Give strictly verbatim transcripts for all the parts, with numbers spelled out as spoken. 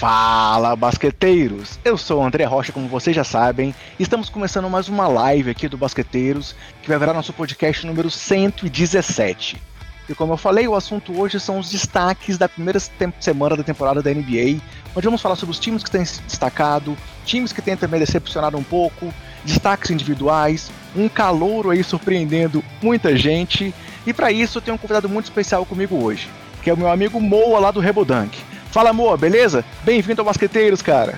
Fala, basqueteiros! Eu sou o André Rocha, como vocês já sabem, e estamos começando mais uma live aqui do Basqueteiros, que vai virar nosso podcast número cento e dezessete. E como eu falei, o assunto hoje são os destaques da primeira semana da temporada da N B A, onde vamos falar sobre os times que têm se destacado, times que têm também decepcionado um pouco, destaques individuais, um calouro aí surpreendendo muita gente, e para isso eu tenho um convidado muito especial comigo hoje, que é o meu amigo Moa lá do Rebodunk. Fala, Moa, beleza? Bem-vindo ao Basqueteiros, cara.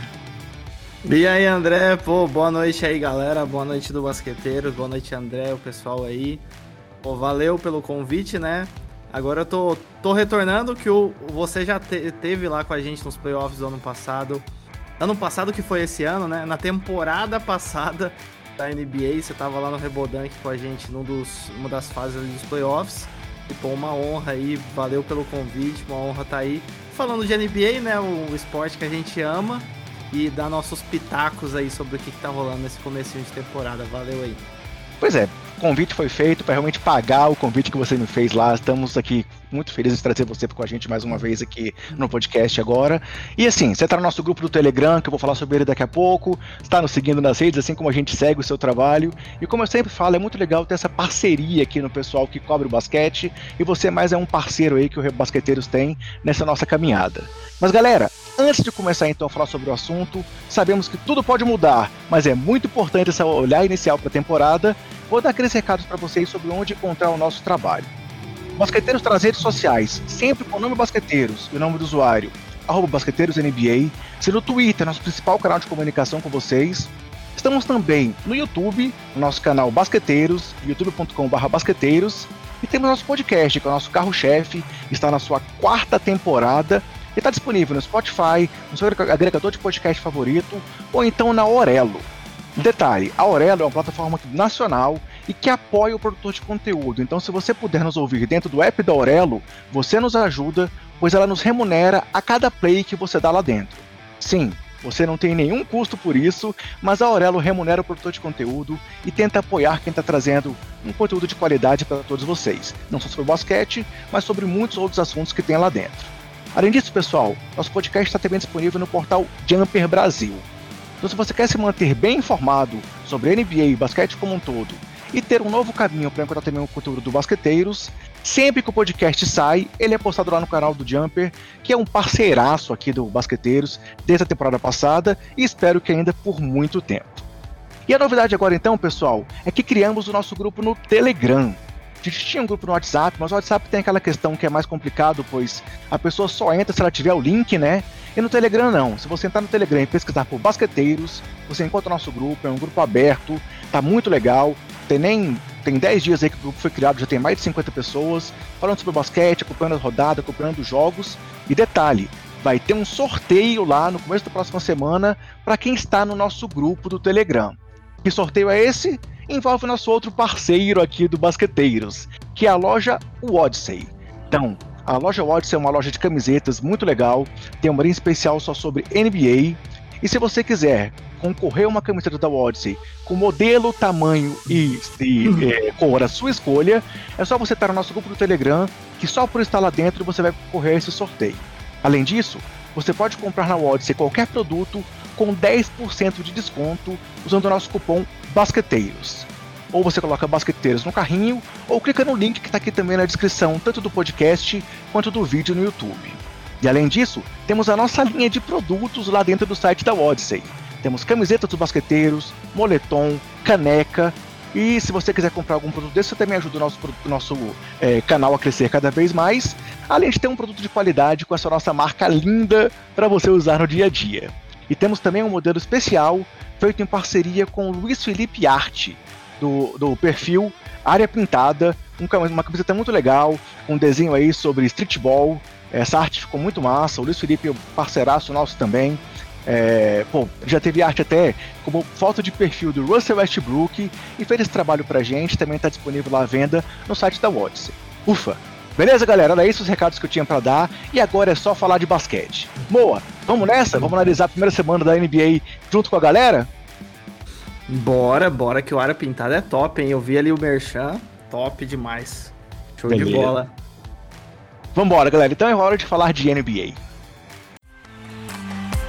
E aí, André? Pô, boa noite aí, galera. Boa noite do Basqueteiros. Boa noite, André, o pessoal aí. Pô, valeu pelo convite, né? Agora eu tô, tô retornando, que o, você já te, teve lá com a gente nos playoffs do ano passado. Ano passado, que foi esse ano, né? Na temporada passada da N B A, você tava lá no Rebodunk com a gente num dos, numa das fases ali dos playoffs. E, pô, uma honra aí. Valeu pelo convite, uma honra estar aí. Falando de N B A, né, o esporte que a gente ama, e dar nossos pitacos aí sobre o que, que tá rolando nesse comecinho de temporada. Valeu aí. Pois é, o convite foi feito para realmente pagar o convite que você me fez lá. Estamos aqui muito felizes de trazer você com a gente mais uma vez aqui no podcast agora. E assim, você tá no nosso grupo do Telegram, que eu vou falar sobre ele daqui a pouco, está nos seguindo nas redes, assim como a gente segue o seu trabalho. E como eu sempre falo, é muito legal ter essa parceria aqui no pessoal que cobre o basquete, e você mais é um parceiro aí que o Basqueteiros tem nessa nossa caminhada. Mas galera, antes de começar então a falar sobre o assunto, sabemos que tudo pode mudar, mas é muito importante esse olhar inicial para a temporada. Vou dar aqueles recados para vocês sobre onde encontrar o nosso trabalho. Basqueteiros está nas redes sociais, sempre com o nome Basqueteiros e o nome do usuário, arroba BasqueteirosNBA, se no Twitter, nosso principal canal de comunicação com vocês. Estamos também no YouTube, no nosso canal Basqueteiros, youtube ponto com barra basqueteiros, e temos nosso podcast, que é o nosso carro-chefe, está na sua quarta temporada, e está disponível no Spotify, no seu agregador de podcast favorito, ou então na Aurelo. Detalhe, a Aurelo é uma plataforma nacional e que apoia o produtor de conteúdo, então se você puder nos ouvir dentro do app da Aurelo, você nos ajuda, pois ela nos remunera a cada play que você dá lá dentro. Sim, você não tem nenhum custo por isso, mas a Aurelo remunera o produtor de conteúdo e tenta apoiar quem está trazendo um conteúdo de qualidade para todos vocês, não só sobre o basquete, mas sobre muitos outros assuntos que tem lá dentro. Além disso, pessoal, nosso podcast está também disponível no portal Jumper Brasil. Então, se você quer se manter bem informado sobre N B A e basquete como um todo, e ter um novo caminho para encontrar também o conteúdo do Basqueteiros, sempre que o podcast sai, ele é postado lá no canal do Jumper, que é um parceiraço aqui do Basqueteiros desde a temporada passada, e espero que ainda por muito tempo. E a novidade agora então, pessoal, é que criamos o nosso grupo no Telegram. A gente tinha um grupo no WhatsApp, mas o WhatsApp tem aquela questão que é mais complicado, pois a pessoa só entra se ela tiver o link, né? E no Telegram não. Se você entrar no Telegram e pesquisar por Basqueteiros, você encontra o nosso grupo, é um grupo aberto, tá muito legal. Tem nem tem dez dias aí que o grupo foi criado, já tem mais de cinquenta pessoas falando sobre o basquete, acompanhando as rodadas, acompanhando os jogos. E detalhe, vai ter um sorteio lá no começo da próxima semana para quem está no nosso grupo do Telegram. Que sorteio é esse? Envolve nosso outro parceiro aqui do Basqueteiros, que é a loja Odyssey. Então, a loja Odyssey é uma loja de camisetas muito legal, tem uma linha especial só sobre N B A, e se você quiser concorrer a uma camiseta da Odyssey com modelo, tamanho e, e é, cor a sua escolha, é só você estar no nosso grupo do Telegram, que só por estar lá dentro você vai concorrer a esse sorteio. Além disso, você pode comprar na Odyssey qualquer produto com dez por cento de desconto usando o nosso cupom Basqueteiros. Ou você coloca Basqueteiros no carrinho, ou clica no link que está aqui também na descrição, tanto do podcast quanto do vídeo no YouTube. E além disso, temos a nossa linha de produtos lá dentro do site da Odyssey. Temos camisetas dos basqueteiros, moletom, caneca, e se você quiser comprar algum produto desse, você também ajuda o nosso, nosso é, canal a crescer cada vez mais, além de ter um produto de qualidade com essa nossa marca linda para você usar no dia a dia. E temos também um modelo especial feito em parceria com o Luiz Felipe Arte, do, do perfil Área Pintada, um, uma camiseta muito legal, um desenho aí sobre streetball. Essa arte ficou muito massa, o Luiz Felipe é um parceiraço nosso também. É, pô, já teve arte até como foto de perfil do Russell Westbrook e fez esse trabalho pra gente, também está disponível lá à venda no site da Odyssey. Ufa! Beleza, galera? Era esses os recados que eu tinha pra dar e agora é só falar de basquete. Boa! Vamos nessa? Vamos analisar a primeira semana da N B A junto com a galera? Bora, bora, que o Área Pintada é top, hein? Eu vi ali o Merchan, top demais. Show Beleza. De bola. Vambora, galera. Então é hora de falar de N B A.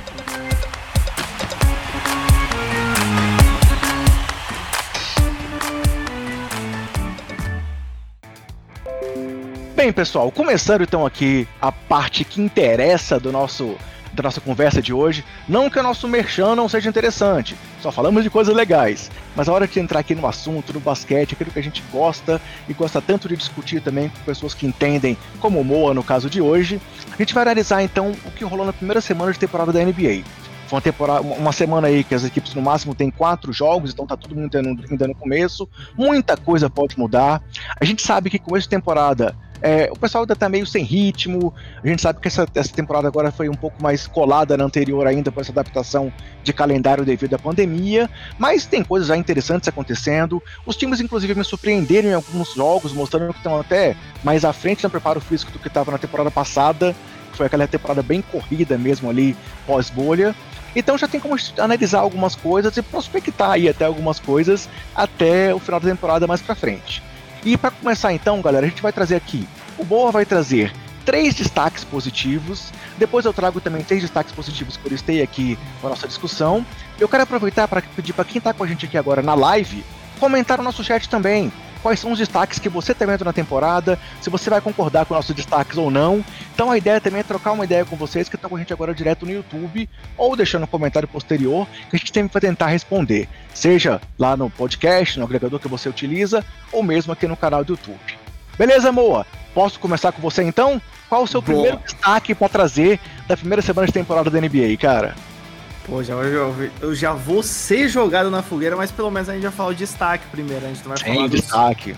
Bem, pessoal, começando então aqui a parte que interessa do nosso, da nossa conversa de hoje. Não que o nosso merchan não seja interessante, só falamos de coisas legais. Mas a hora de entrar aqui no assunto, no basquete, aquilo que a gente gosta e gosta tanto de discutir também com pessoas que entendem, como o Moa no caso de hoje, a gente vai analisar então o que rolou na primeira semana de temporada da N B A. Foi uma, temporada, uma semana aí que as equipes no máximo tem quatro jogos, então tá todo mundo ainda no começo. Muita coisa pode mudar. A gente sabe que começo de temporada é, o pessoal ainda tá meio sem ritmo. A gente sabe que essa, essa temporada agora foi um pouco mais colada na anterior ainda por essa adaptação de calendário devido à pandemia. Mas tem coisas já interessantes acontecendo. Os times inclusive me surpreenderam em alguns jogos, mostrando que estão até mais à frente no preparo físico do que estava na temporada passada. Foi aquela temporada bem corrida mesmo ali, pós-bolha. Então já tem como analisar algumas coisas e prospectar aí até algumas coisas até o final da temporada mais pra frente. E para começar então, galera, a gente vai trazer aqui, o Boa vai trazer três destaques positivos, depois eu trago também três destaques positivos que eu listei aqui na nossa discussão. Eu quero aproveitar para pedir para quem tá com a gente aqui agora na live, comentar no nosso chat também. Quais são os destaques que você está vendo na temporada, se você vai concordar com nossos destaques ou não. Então a ideia também é trocar uma ideia com vocês que estão com a gente agora direto no YouTube, ou deixando um comentário posterior, que a gente sempre vai tentar responder, seja lá no podcast, no agregador que você utiliza, ou mesmo aqui no canal do YouTube. Beleza, Moa? Posso começar com você então? Qual o seu Boa. primeiro destaque para trazer da primeira semana de temporada da N B A, cara? Pô, já, eu, eu já vou ser jogado na fogueira, mas pelo menos a gente já fala o destaque primeiro, a gente não vai Sim, falar dos, destaque.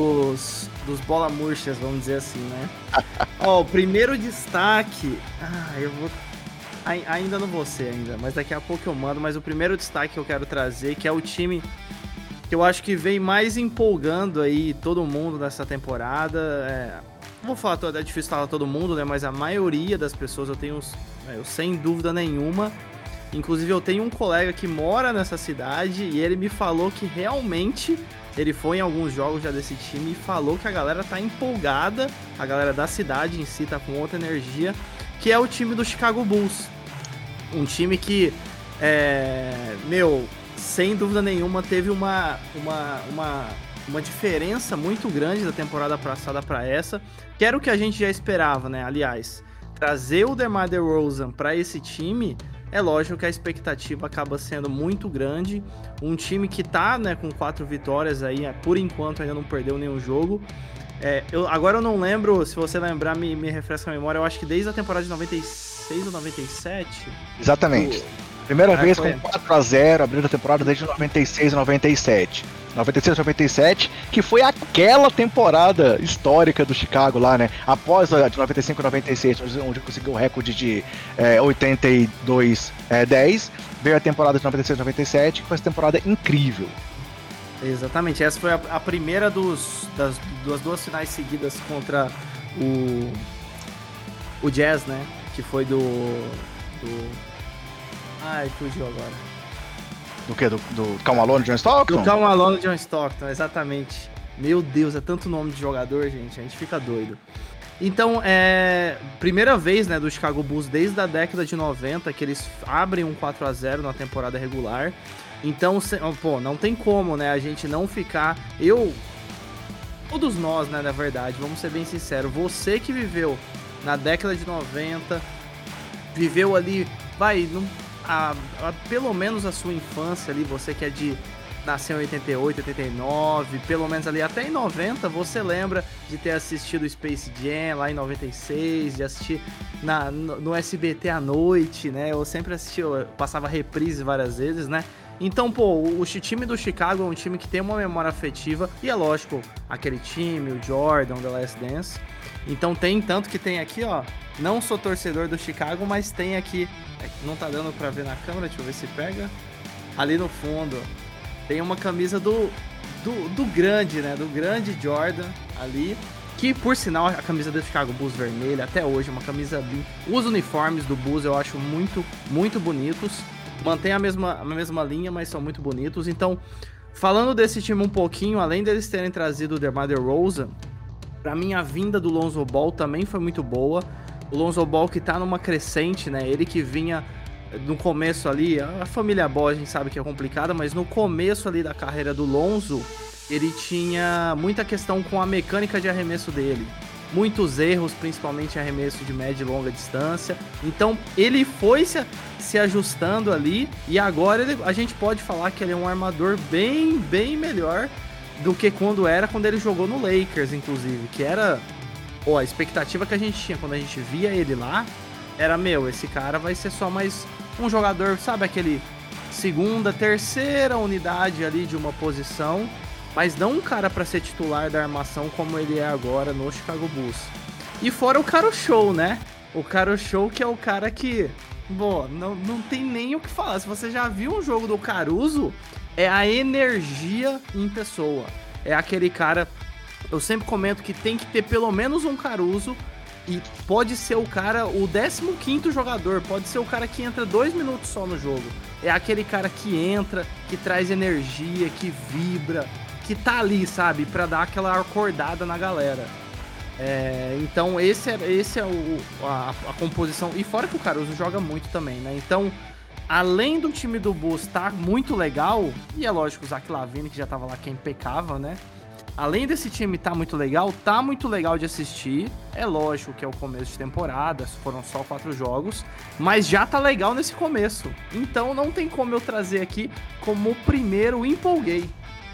dos, dos bola murchas, vamos dizer assim, né? Ó, o primeiro destaque, ah, eu vou, ainda não vou ser ainda, mas daqui a pouco eu mando, mas o primeiro destaque que eu quero trazer, que é o time que eu acho que vem mais empolgando aí todo mundo nessa temporada, é, não vou falar, é difícil falar todo mundo, né, mas a maioria das pessoas eu tenho, eu, sem dúvida nenhuma. Inclusive eu tenho um colega que mora nessa cidade e ele me falou que realmente ele foi em alguns jogos já desse time e falou que a galera tá empolgada, a galera da cidade em si tá com outra energia, que é o time do Chicago Bulls. Um time que, é, meu, sem dúvida nenhuma teve uma, uma, uma, uma diferença muito grande da temporada passada para essa, que era o que a gente já esperava, né? Aliás, trazer o DeMar DeRozan para esse time... É lógico que a expectativa acaba sendo muito grande. Um time que tá, né, com quatro vitórias aí, por enquanto ainda não perdeu nenhum jogo. É, eu, agora eu não lembro, se você lembrar, me, me refresca a memória, eu acho que desde a temporada de noventa e seis ou noventa e sete... Exatamente. O... Primeira ah, vez com quatro a zero, abrindo a temporada desde noventa e seis e noventa e sete. noventa e seis e noventa e sete, que foi aquela temporada histórica do Chicago lá, né? Após a de noventa e cinco e noventa e seis, onde conseguiu o recorde de é, oitenta e dois a dez, veio a temporada de noventa e seis e noventa e sete, que foi essa temporada incrível. Exatamente, essa foi a, a primeira dos, das, das duas finais seguidas contra o, o Jazz, né? Que foi do... do... Ai, fugiu agora. Do que? Do, do Karl Malone, John Stockton? Do Karl Malone, John Stockton, exatamente. Meu Deus, é tanto nome de jogador, gente, a gente fica doido. Então, é... primeira vez, né, do Chicago Bulls desde a década de noventa que eles abrem um quatro a zero na temporada regular. Então, pô, não tem como, né, a gente não ficar... Eu... Todos nós, né, na verdade, vamos ser bem sinceros, você que viveu na década de noventa, viveu ali, vai... Não... A, a, pelo menos a sua infância ali, você que é de nasceu em oitenta e oito, oitenta e nove, pelo menos ali até em noventa, você lembra de ter assistido Space Jam lá em noventa e seis, de assistir na, no, no S B T à noite, né? Eu sempre assisti, eu passava reprise várias vezes, né? Então, pô, o, o time do Chicago é um time que tem uma memória afetiva, e é lógico, aquele time, o Jordan, The Last Dance. Então tem, tanto que tem aqui, ó, não sou torcedor do Chicago, mas tem aqui, não tá dando pra ver na câmera, deixa eu ver se pega, ali no fundo, tem uma camisa do, do, do grande, né, do grande Jordan ali, que por sinal a camisa do Chicago Bulls vermelha, até hoje, é uma camisa linda. Os uniformes do Bulls eu acho muito, muito bonitos, mantém a mesma, a mesma linha, mas são muito bonitos. Então, falando desse time um pouquinho, além deles terem trazido o DeMar DeRozan, pra mim a vinda do Lonzo Ball também foi muito boa. O Lonzo Ball que tá numa crescente, né? Ele que vinha no começo ali, a família Ball a gente sabe que é complicada, mas no começo ali da carreira do Lonzo, ele tinha muita questão com a mecânica de arremesso dele. muitos erros, principalmente arremesso de média e longa distância. Então ele foi se, se ajustando ali e agora ele, a gente pode falar que ele é um armador bem, bem melhor do que quando era, quando ele jogou no Lakers, inclusive, que era... Pô, a expectativa que a gente tinha quando a gente via ele lá era, meu, esse cara vai ser só mais um jogador, sabe, aquele segunda, terceira unidade ali de uma posição, mas não um cara pra ser titular da armação como ele é agora no Chicago Bulls. E fora o Caro Show, né? O Caro Show, que é o cara que, bom, não, não tem nem o que falar. Se você já viu um jogo do Caruso, é a energia em pessoa. É aquele cara, eu sempre comento que tem que ter pelo menos um Caruso, e pode ser o cara, o décimo quinto jogador, pode ser o cara que entra dois minutos só no jogo. É aquele cara que entra, que traz energia, que vibra, que tá ali, sabe, pra dar aquela acordada na galera. É, então esse é, esse é o, a, a composição, e fora que o Caruso joga muito também, né? Então, além do time do Bulls tá muito legal, e é lógico o Zach LaVine, que já tava lá, que é impecável, né? Além desse time tá muito legal, tá muito legal de assistir. É lógico que é o começo de temporada, foram só quatro jogos, mas já tá legal nesse começo. Então não tem como eu trazer aqui como o primeiro empolguei.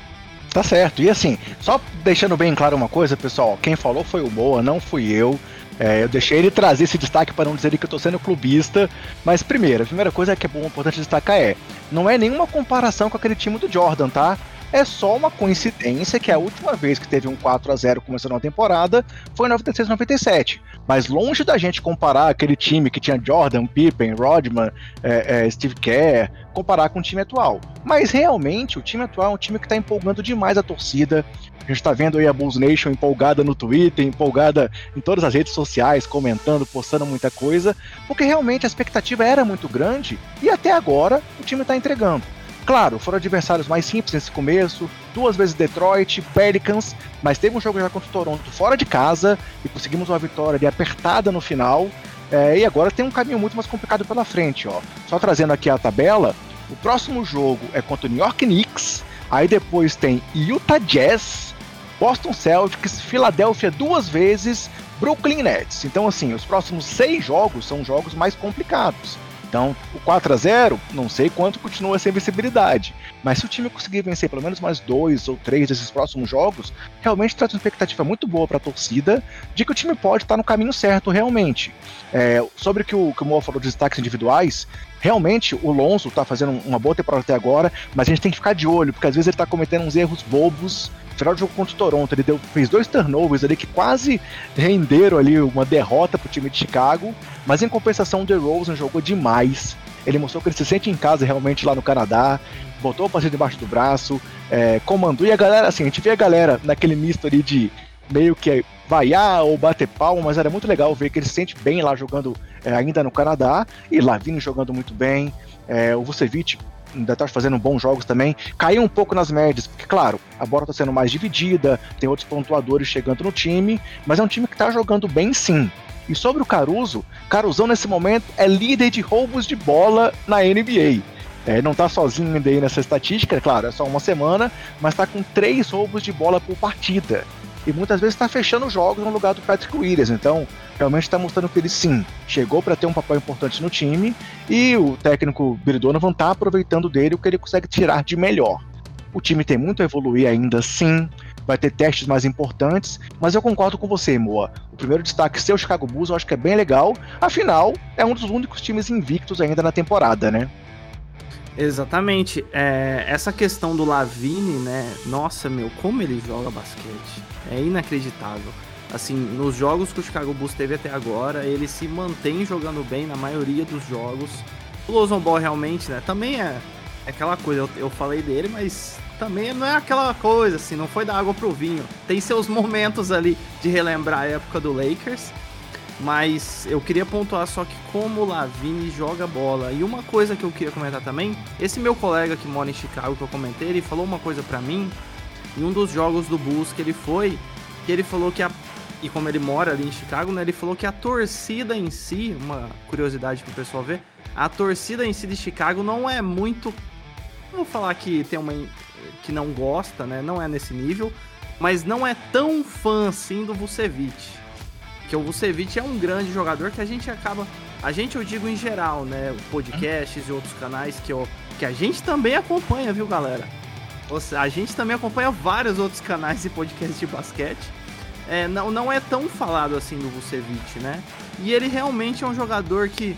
Tá certo. E assim, só deixando bem claro uma coisa, pessoal, quem falou foi o Moa, não fui eu. É, eu deixei ele trazer esse destaque para não dizer que eu tô sendo clubista, mas primeiro, a primeira coisa que é bom, importante destacar é, não é nenhuma comparação com aquele time do Jordan, tá? É só uma coincidência que a última vez que teve um quatro a zero começando a temporada foi em noventa e seis noventa e sete. Mas longe da gente comparar aquele time que tinha Jordan, Pippen, Rodman, é, é, Steve Kerr, comparar com o time atual. Mas realmente o time atual é um time que está empolgando demais a torcida. A gente está vendo aí a Bulls Nation empolgada no Twitter, empolgada em todas as redes sociais, comentando, postando muita coisa, porque realmente a expectativa era muito grande e até agora o time está entregando. Claro, foram adversários mais simples nesse começo, duas vezes Detroit, Pelicans, mas teve um jogo já contra o Toronto fora de casa e conseguimos uma vitória ali apertada no final, é, e agora tem um caminho muito mais complicado pela frente, ó. Só trazendo aqui a tabela, o próximo jogo é contra o New York Knicks, aí depois tem Utah Jazz, Boston Celtics, Filadélfia duas vezes, Brooklyn Nets. Então assim, os próximos seis jogos são jogos mais complicados. Então, o quatro a zero, não sei quanto continua sem visibilidade, mas se o time conseguir vencer pelo menos mais dois ou três desses próximos jogos, realmente traz uma expectativa muito boa para a torcida de que o time pode estar no caminho certo realmente. É, sobre o que o, que o Moa falou de destaques individuais, realmente o Lonzo está fazendo uma boa temporada até agora, mas a gente tem que ficar de olho, porque às vezes ele está cometendo uns erros bobos. No final do jogo contra o Toronto, ele deu, fez dois turnovers ali que quase renderam ali uma derrota pro time de Chicago, mas em compensação o DeRozan jogou demais. Ele mostrou que ele se sente em casa realmente lá no Canadá, botou o parceiro debaixo do braço, é, comandou, e a galera, assim, a gente vê a galera naquele misto ali de meio que vaiar ou bater palma, mas era muito legal ver que ele se sente bem lá jogando é, ainda no Canadá, e LaVine jogando muito bem, é, o Vucevic ainda tá fazendo bons jogos também, caiu um pouco nas médias, porque claro, a bola tá sendo mais dividida, tem outros pontuadores chegando no time, mas é um time que tá jogando bem sim. E sobre o Caruso, Caruzão nesse momento é líder de roubos de bola na N B A. É, não tá sozinho ainda aí nessa estatística, claro, é só uma semana, mas tá com três roubos de bola por partida. E muitas vezes tá fechando jogos no lugar do Patrick Williams, então realmente está mostrando que ele sim, chegou para ter um papel importante no time, e o técnico Billy Donovan está aproveitando dele o que ele consegue tirar de melhor. O time tem muito a evoluir ainda sim, vai ter testes mais importantes, mas eu concordo com você, Moa. O primeiro destaque ser o Chicago Bulls eu acho que é bem legal, afinal é um dos únicos times invictos ainda na temporada, né? Exatamente, é, essa questão do LaVine, né, nossa meu, como ele joga basquete, é inacreditável. Assim, nos jogos que o Chicago Bulls teve até agora, ele se mantém jogando bem na maioria dos jogos. O Lonzo Ball realmente, né, também é, é aquela coisa, eu, eu falei dele, mas também não é aquela coisa, assim, não foi da água pro vinho. Tem seus momentos ali de relembrar a época do Lakers, mas eu queria pontuar só que como o LaVine joga bola. E uma coisa que eu queria comentar também, esse meu colega que mora em Chicago, que eu comentei, ele falou uma coisa pra mim, em um dos jogos do Bulls que ele foi, que ele falou que a e como ele mora ali em Chicago, né, ele falou que a torcida em si, uma curiosidade pro pessoal ver, a torcida em si de Chicago não é muito, não vou falar que tem uma que não gosta, né, não é nesse nível, mas não é tão fã assim do Vucevic. Porque o Vucevic é um grande jogador que a gente acaba... A gente, eu digo em geral, né? Podcasts e outros canais que, eu, que a gente também acompanha, viu, galera? A gente também acompanha vários outros canais e podcasts de basquete. É, não, não é tão falado assim do Vucevic, né? E ele realmente é um jogador que...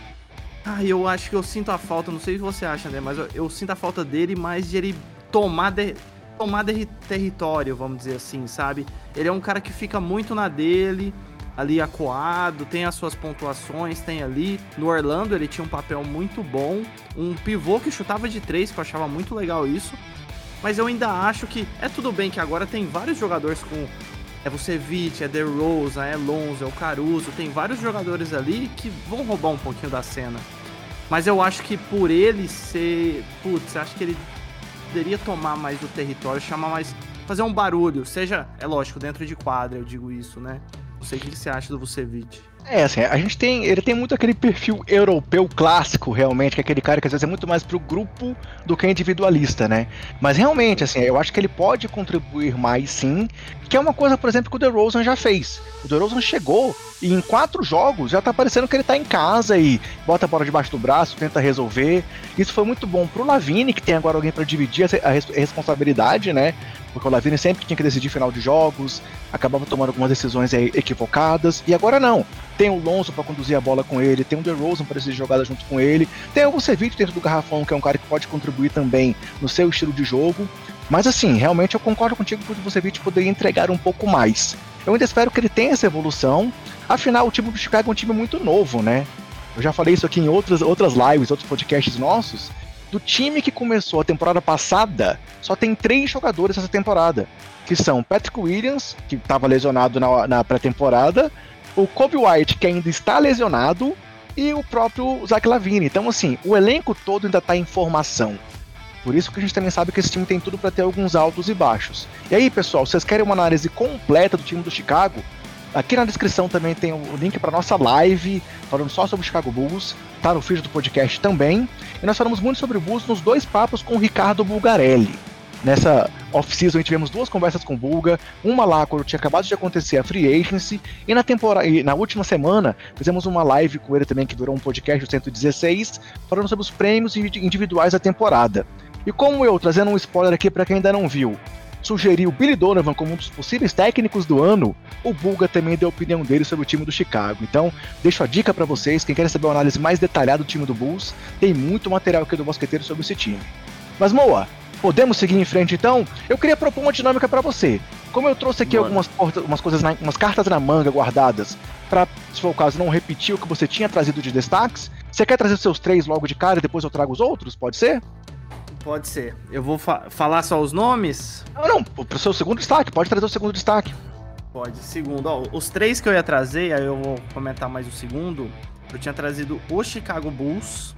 Ah, eu acho que eu sinto a falta, não sei o que você acha, né? Mas eu, eu sinto a falta dele mais de ele tomar, de, tomar de, território, vamos dizer assim, sabe? Ele é um cara que fica muito na dele, ali acuado, tem as suas pontuações, tem ali. No Orlando ele tinha um papel muito bom, um pivô que chutava de três, que eu achava muito legal isso. Mas eu ainda acho que é tudo bem que agora tem vários jogadores com... É Vucevic, é DeRozan, é Lonzo, é o Caruso, tem vários jogadores ali que vão roubar um pouquinho da cena. Mas eu acho que por ele ser... Putz, acho que ele poderia tomar mais o território, chamar mais... Fazer um barulho, seja... É lógico, dentro de quadra eu digo isso, né? Não sei o que você acha do Vucevic. É, assim, a gente tem, ele tem muito aquele perfil europeu clássico, realmente, que é aquele cara que às vezes é muito mais pro grupo do que individualista, né? Mas realmente, assim, eu acho que ele pode contribuir mais, sim, que é uma coisa, por exemplo, que o DeRozan já fez. O DeRozan chegou e em quatro jogos já tá parecendo que ele tá em casa e bota a bola debaixo do braço, tenta resolver. Isso foi muito bom pro Lavine, que tem agora alguém para dividir a responsabilidade, né? Porque o Lavine sempre tinha que decidir final de jogos, acabava tomando algumas decisões equivocadas, e agora não. Tem o Lonzo para conduzir a bola com ele, tem o DeRozan para decidir jogada junto com ele, tem o Vucevic dentro do garrafão, que é um cara que pode contribuir também no seu estilo de jogo. Mas assim, realmente eu concordo contigo que o Vucevic poderia entregar um pouco mais. Eu ainda espero que ele tenha essa evolução, afinal o time do Chicago é um time muito novo, né? Eu já falei isso aqui em outras, outras lives, outros podcasts nossos. Do time que começou a temporada passada, só tem três jogadores essa temporada, que são Patrick Williams, que estava lesionado na, na pré-temporada, o Coby White, que ainda está lesionado, e o próprio Zach LaVine. Então, assim, o elenco todo ainda está em formação. Por isso que a gente também sabe que esse time tem tudo para ter alguns altos e baixos. E aí, pessoal, vocês querem uma análise completa do time do Chicago? Aqui na descrição também tem o link para nossa live, falando só sobre o Chicago Bulls, tá no feed do podcast também. E nós falamos muito sobre o Bulls nos dois papos com o Ricardo Bulgarelli. Nessa off-season tivemos duas conversas com o Bulga, uma lá quando tinha acabado de acontecer a Free Agency, e na, temporada, e na última semana fizemos uma live com ele também, que durou um podcast, o cento e dezesseis, falando sobre os prêmios individuais da temporada. E como eu, trazendo um spoiler aqui para quem ainda não viu, sugeriu Billy Donovan como um dos possíveis técnicos do ano, o Bulga também deu a opinião dele sobre o time do Chicago. Então, deixo a dica para vocês, quem quer saber uma análise mais detalhada do time do Bulls, tem muito material aqui do Basqueteiro sobre esse time. Mas, Moa, podemos seguir em frente então? Eu queria propor uma dinâmica para você. Como eu trouxe aqui Mano. algumas umas coisas, na, umas cartas na manga guardadas, para, se for o caso, não repetir o que você tinha trazido de destaques, você quer trazer os seus três logo de cara e depois eu trago os outros? Pode ser? Pode ser. Eu vou fa- falar só os nomes? Não, não, pro seu segundo destaque, pode trazer o segundo destaque. Pode, segundo. Ó, os três que eu ia trazer, aí eu vou comentar mais o segundo. Eu tinha trazido o Chicago Bulls.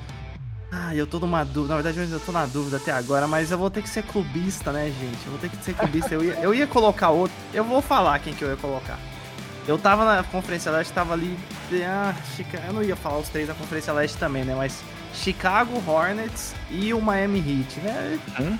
Ah, eu tô numa dúvida. Na verdade, eu ainda tô na dúvida até agora, mas eu vou ter que ser clubista, né, gente? Eu vou ter que ser clubista. Eu ia, eu ia colocar outro. Eu vou falar quem que eu ia colocar. Eu tava na Conferência Leste, tava ali. Ah, Chica... Eu não ia falar os três da Conferência Leste também, né? Mas Chicago Hornets e o Miami Heat, né? Hum?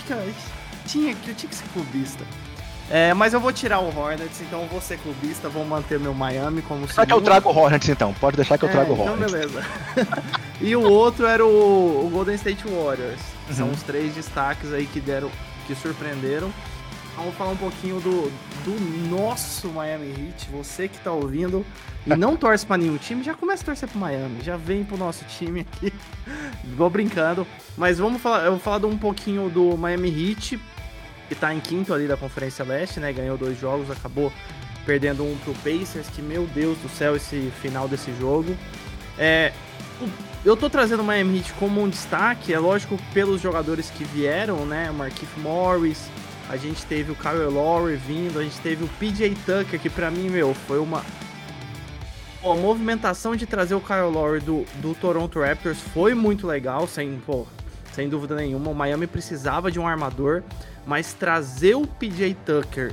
Tinha, eu tinha que ser clubista. É, mas eu vou tirar o Hornets, então eu vou ser clubista, vou manter meu Miami como segundo. Será que eu trago o Hornets então? Pode deixar que eu trago é, o Hornets. Então beleza. E o outro era o, o Golden State Warriors. Uhum. São os três destaques aí que deram, que surpreenderam. Vamos falar um pouquinho do, do nosso Miami Heat. Você que tá ouvindo e não torce pra nenhum time, já começa a torcer pro Miami. Já vem pro nosso time aqui. Vou brincando. Mas vamos falar, eu vou falar de um pouquinho do Miami Heat, que tá em quinto ali da Conferência Leste, né? Ganhou dois jogos, acabou perdendo um pro Pacers, que, meu Deus do céu, esse final desse jogo. É, eu tô trazendo o Miami Heat como um destaque, é lógico, pelos jogadores que vieram, né? O Markieff Morris, a gente teve o Kyle Lowry vindo, a gente teve o P J Tucker, que pra mim, meu, foi uma... Pô, a movimentação de trazer o Kyle Lowry do, do Toronto Raptors foi muito legal, sem, pô, sem dúvida nenhuma. O Miami precisava de um armador, mas trazer o P J Tucker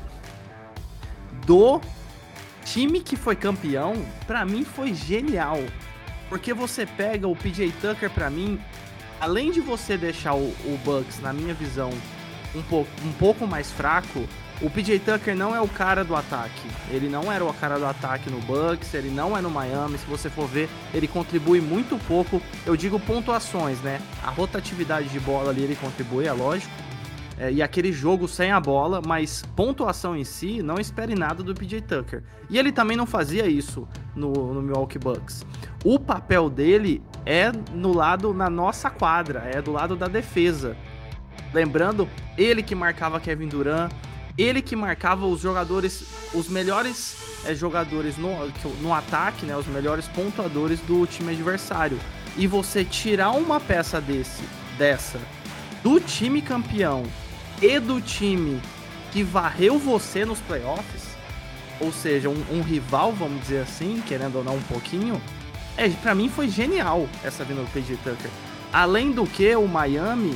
do time que foi campeão, pra mim foi genial. Porque você pega o P J Tucker, pra mim, além de você deixar o, o Bucks, na minha visão, um pouco, um pouco mais fraco, o P J Tucker não é o cara do ataque. Ele não era o cara do ataque no Bucks, ele não é no Miami. Se você for ver, ele contribui muito pouco. Eu digo pontuações, né? A rotatividade de bola ali ele contribui, é lógico. É, e aquele jogo sem a bola, mas pontuação em si, não espere nada do P J Tucker. E ele também não fazia isso no, no Milwaukee Bucks. O papel dele é no lado, na nossa quadra, é do lado da defesa. Lembrando, ele que marcava Kevin Durant, ele que marcava os jogadores, os melhores é, jogadores no, no ataque, né, os melhores pontuadores do time adversário. E você tirar uma peça desse, dessa do time campeão e do time que varreu você nos playoffs, ou seja, um, um rival, vamos dizer assim, querendo ou não um pouquinho, é, pra mim foi genial essa vinda do P J Tucker. Além do que, o Miami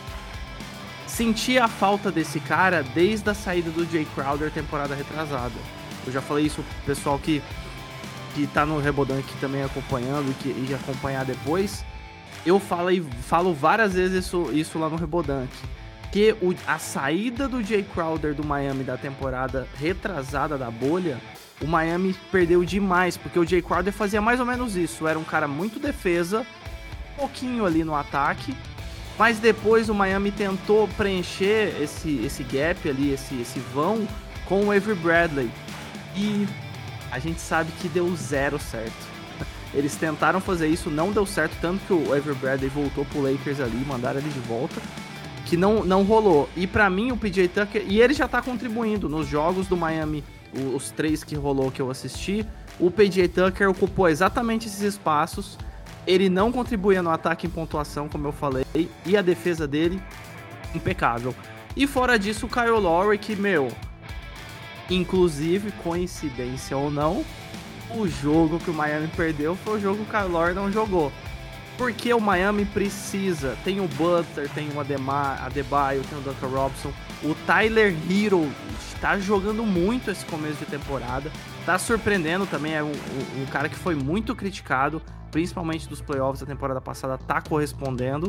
sentia a falta desse cara desde a saída do Jay Crowder temporada retrasada. Eu já falei isso pro pessoal que, que tá no Rebodan aqui também acompanhando e que e acompanhar depois. Eu falo, falo várias vezes isso, isso lá no Rebodank, que o, a saída do Jay Crowder do Miami da temporada retrasada da bolha, o Miami perdeu demais, porque o Jay Crowder fazia mais ou menos isso, era um cara muito defesa, um pouquinho ali no ataque, mas depois o Miami tentou preencher esse, esse gap ali, esse, esse vão, com o Avery Bradley, e a gente sabe que deu zero certo. Eles tentaram fazer isso, não deu certo, tanto que o Avery Bradley voltou pro Lakers ali, mandaram ele de volta, que não, não rolou. E pra mim o P J Tucker, e ele já tá contribuindo nos jogos do Miami, os três que rolou que eu assisti, o P J Tucker ocupou exatamente esses espaços, ele não contribuía no ataque em pontuação, como eu falei, e a defesa dele, impecável. E fora disso, o Kyle Lowry, que, meu, inclusive, coincidência ou não, o jogo que o Miami perdeu foi o jogo que o Kyle Lowry não jogou. Porque o Miami precisa. Tem o Butler, tem o Ademar, Adebayo, tem o Duncan Robinson. O Tyler Hero está jogando muito esse começo de temporada. Tá surpreendendo também. É um, um cara que foi muito criticado, principalmente dos playoffs da temporada passada. Tá correspondendo.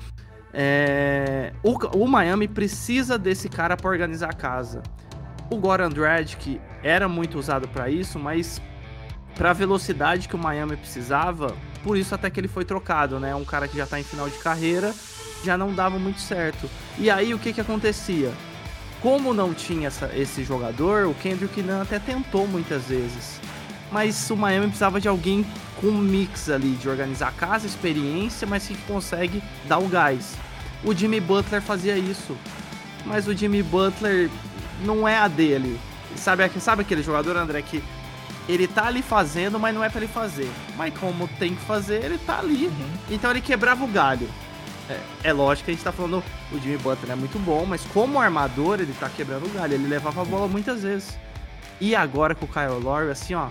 É... O, o Miami precisa desse cara para organizar a casa. O Goran Dragic era muito usado para isso, mas para a velocidade que o Miami precisava, por isso até que ele foi trocado, né? Um cara que já tá em final de carreira, já não dava muito certo. E aí o que que acontecia? Como não tinha essa, esse jogador, o Kendrick Nunn até tentou muitas vezes. Mas o Miami precisava de alguém com um mix ali, de organizar a casa, experiência, mas que consegue dar o gás. O Jimmy Butler fazia isso, mas o Jimmy Butler não é a dele. Sabe, sabe aquele jogador, André, que ele tá ali fazendo, mas não é pra ele fazer. Mas como tem que fazer, ele tá ali. Uhum. Então ele quebrava o galho. É, é lógico que a gente tá falando, o Jimmy Butler é muito bom, mas como armador, ele tá quebrando o galho. Ele levava a bola muitas vezes. E agora com o Kyle Lowry, assim, ó.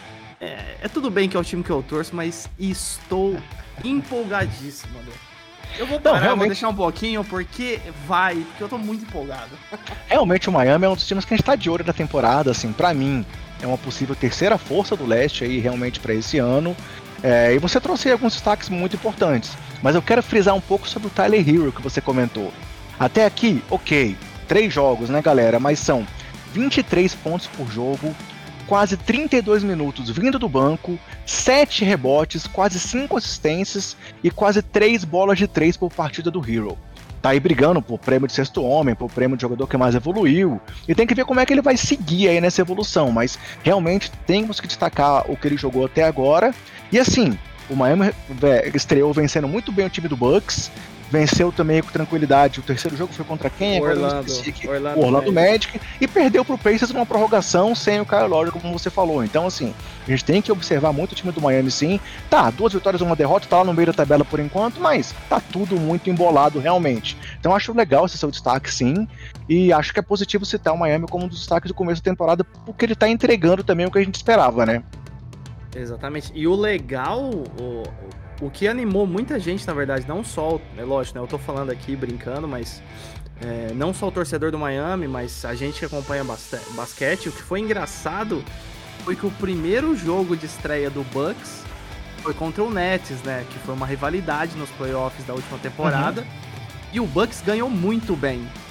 É, é tudo bem que é o time que eu torço, mas estou empolgadíssimo, André. Eu vou parar, não, realmente... vou deixar um pouquinho, porque vai, porque eu tô muito empolgado. Realmente o Miami é um dos times que a gente tá de olho na temporada, assim, pra mim. É uma possível terceira força do leste aí realmente para esse ano. É, e você trouxe aí alguns destaques muito importantes. Mas eu quero frisar um pouco sobre o Tyler Hero que você comentou. Até aqui, ok, três jogos, né, galera? Mas são vinte e três pontos por jogo, quase trinta e dois minutos vindo do banco, sete rebotes, quase cinco assistências e quase três bolas de três por partida do Hero. Tá aí brigando por prêmio de sexto homem, por prêmio de jogador que mais evoluiu, e tem que ver como é que ele vai seguir aí nessa evolução, mas realmente temos que destacar o que ele jogou até agora. E assim, o Miami estreou vencendo muito bem o time do Bucks, venceu também com tranquilidade. O terceiro jogo foi contra quem? Orlando, Orlando, Orlando Magic. Magic, e perdeu pro Pacers numa prorrogação sem o Kyle Lowry, como você falou. Então assim, a gente tem que observar muito o time do Miami, sim. Tá, duas vitórias, uma derrota, tá lá no meio da tabela por enquanto, mas tá tudo muito embolado realmente. Então acho legal esse seu destaque, sim, e acho que é positivo citar o Miami como um dos destaques do começo da temporada, porque ele tá entregando também o que a gente esperava, né? Exatamente. E o legal, o, o que animou muita gente, na verdade, não só, é lógico, né, eu tô falando aqui brincando, mas é, não só o torcedor do Miami, mas a gente que acompanha basquete, o que foi engraçado foi que o primeiro jogo de estreia do Bucks foi contra o Nets, né, que foi uma rivalidade nos playoffs da última temporada, uhum. E o Bucks ganhou muito bem.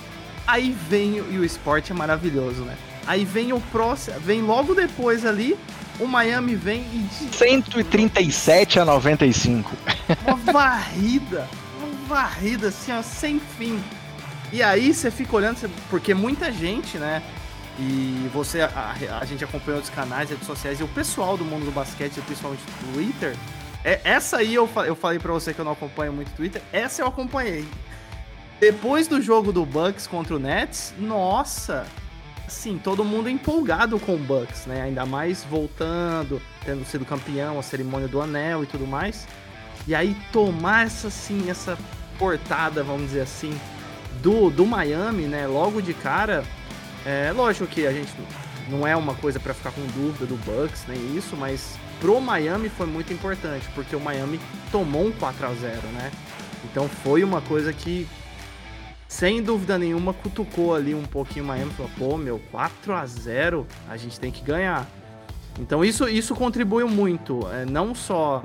Aí vem, e o esporte é maravilhoso, né? Aí vem o próximo, vem logo depois ali, o Miami vem e... De... cento e trinta e sete a noventa e cinco. Uma varrida, uma varrida assim, ó, sem fim. E aí você fica olhando, porque muita gente, né? E você, a, a gente acompanha outros canais, redes sociais, e o pessoal do mundo do basquete, principalmente do Twitter, é, essa aí eu, eu falei pra você que eu não acompanho muito Twitter, essa eu acompanhei. Depois do jogo do Bucks contra o Nets, nossa, assim, todo mundo empolgado com o Bucks, né? Ainda mais voltando, tendo sido campeão, a cerimônia do anel e tudo mais. E aí tomar essa, assim, essa portada, vamos dizer assim, do, do Miami, né? Logo de cara, é lógico que a gente não é uma coisa pra ficar com dúvida do Bucks, nem isso, mas pro Miami foi muito importante, porque o Miami tomou um quatro a zero, né? Então foi uma coisa que, sem dúvida nenhuma, cutucou ali um pouquinho o Miami, falou, pô, meu, quatro a zero, a gente tem que ganhar. Então isso, isso contribuiu muito, é, não só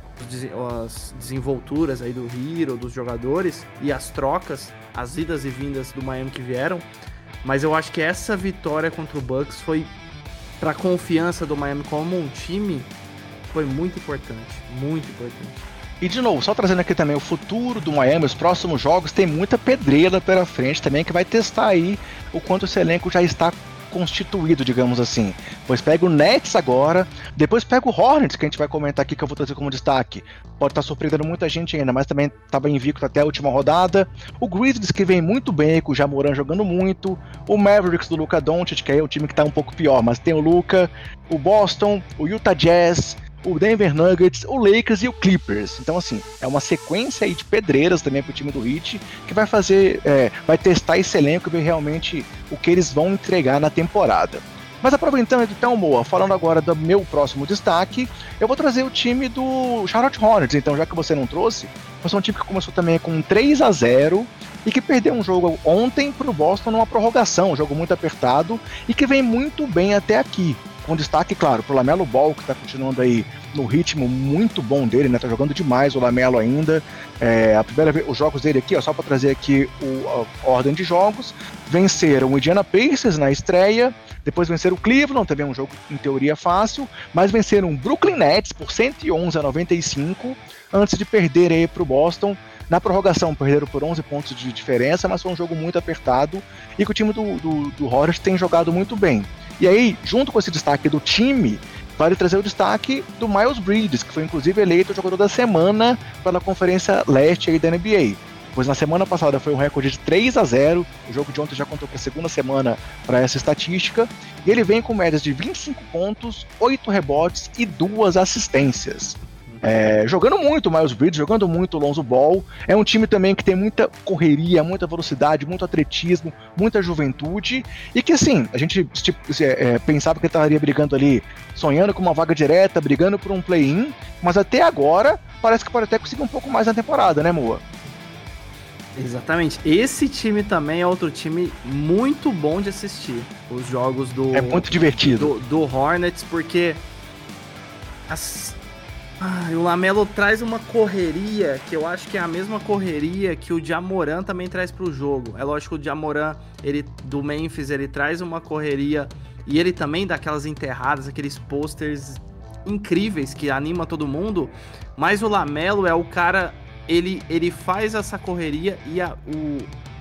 as desenvolturas aí do Hero, dos jogadores, e as trocas, as idas e vindas do Miami que vieram, mas eu acho que essa vitória contra o Bucks foi, para a confiança do Miami como um time, foi muito importante, muito importante. E de novo, só trazendo aqui também o futuro do Miami, os próximos jogos, tem muita pedreira pela frente também, que vai testar aí o quanto esse elenco já está constituído, digamos assim. Pois pega o Nets agora, depois pega o Hornets, que a gente vai comentar aqui, que eu vou trazer como destaque. Pode estar surpreendendo muita gente ainda, mas também estava invicto até a última rodada. O Grizzlies, que vem muito bem, com o Ja Morant jogando muito. O Mavericks do Luka Doncic, que é o time que está um pouco pior, mas tem o Luka. O Boston, o Utah Jazz, o Denver Nuggets, o Lakers e o Clippers. Então, assim, é uma sequência aí de pedreiras também pro time do Heat, que vai fazer, é, vai testar esse elenco e ver realmente o que eles vão entregar na temporada. Mas aproveitando então, Moa, falando agora do meu próximo destaque, eu vou trazer o time do Charlotte Hornets. Então, já que você não trouxe, foi um time que começou também com três a zero e que perdeu um jogo ontem pro Boston numa prorrogação, um jogo muito apertado e que vem muito bem até aqui. Com destaque, claro, pro Lamelo Ball, que está continuando aí no ritmo muito bom dele, né? Tá jogando demais o Lamelo ainda. É, a primeira vez, os jogos dele aqui, ó, só para trazer aqui o, a ordem de jogos. Venceram o Indiana Pacers na estreia, depois venceram o Cleveland, também um jogo em teoria fácil, mas venceram o Brooklyn Nets por cento e onze a noventa e cinco, antes de perder aí pro Boston. Na prorrogação perderam por onze pontos de diferença, mas foi um jogo muito apertado e que o time do, do, do Hornets tem jogado muito bem. E aí, junto com esse destaque do time, vale trazer o destaque do Miles Bridges, que foi inclusive eleito o jogador da semana pela Conferência Leste aí da N B A. Pois na semana passada foi um recorde de três a zero, o jogo de ontem já contou para a segunda semana para essa estatística, e ele vem com médias de vinte e cinco pontos, oito rebotes e duas assistências. É, jogando muito o Miles Bridges, jogando muito o Lonzo Ball. É um time também que tem muita correria, muita velocidade, muito atletismo, muita juventude, e que assim, a gente tipo, é, pensava que ele estaria brigando ali, sonhando com uma vaga direta, brigando por um play-in, mas até agora parece que pode até conseguir um pouco mais na temporada, né, Moa? Exatamente. Esse time também é outro time muito bom de assistir. Os jogos do... É muito divertido. Do, do Hornets, porque... As... Ah, o Lamelo traz uma correria que eu acho que é a mesma correria que o Ja Morant também traz pro jogo. É lógico que o Ja Morant, ele, do Memphis, ele traz uma correria e ele também dá aquelas enterradas, aqueles posters incríveis que anima todo mundo, mas o Lamelo é o cara, ele, ele faz essa correria e a, o,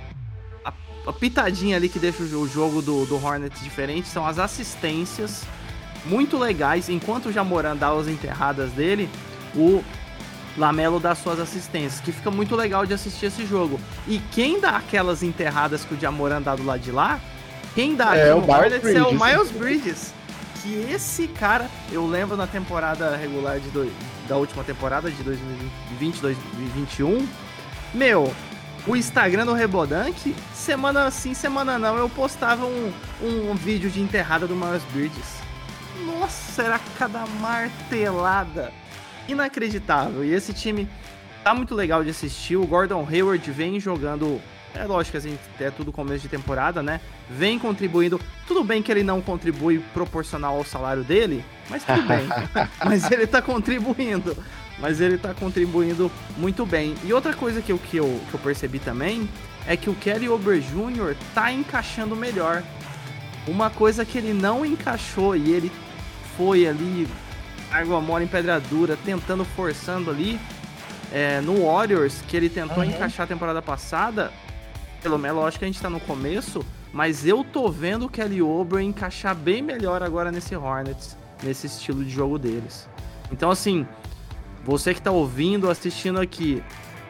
a, a pitadinha ali que deixa o jogo do, do Hornets diferente são as assistências muito legais. Enquanto o Ja Morant dá as enterradas dele, o Lamelo dá suas assistências, que fica muito legal de assistir esse jogo. E quem dá aquelas enterradas que o Ja Morant dá do lado de lá, quem dá é, aqui o no Hornets é o Bridges. Miles Bridges. Que esse cara, eu lembro na temporada regular de do, da última temporada de dois mil e vinte, dois mil e vinte e um, meu, o Instagram do Rebodank, semana sim, semana não, eu postava um, um vídeo de enterrada do Miles Bridges. Nossa, era cada martelada inacreditável. E esse time tá muito legal de assistir. O Gordon Hayward vem jogando, é lógico que a gente é tudo começo de temporada, né? Vem contribuindo. Tudo bem que ele não contribui proporcional ao salário dele, mas tudo bem. Mas ele tá contribuindo. Mas ele tá contribuindo muito bem. E outra coisa que eu, que eu, que eu percebi também é que o Kelly Oubre Júnior tá encaixando melhor. Uma coisa que ele não encaixou e ele foi ali, água mole em pedra dura, tentando, forçando ali, é, no Warriors, que ele tentou uhum. encaixar a temporada passada, pelo menos, lógico que a gente tá no começo, mas eu tô vendo o Kelly Oubre encaixar bem melhor agora nesse Hornets, nesse estilo de jogo deles. Então, assim, você que tá ouvindo, assistindo aqui,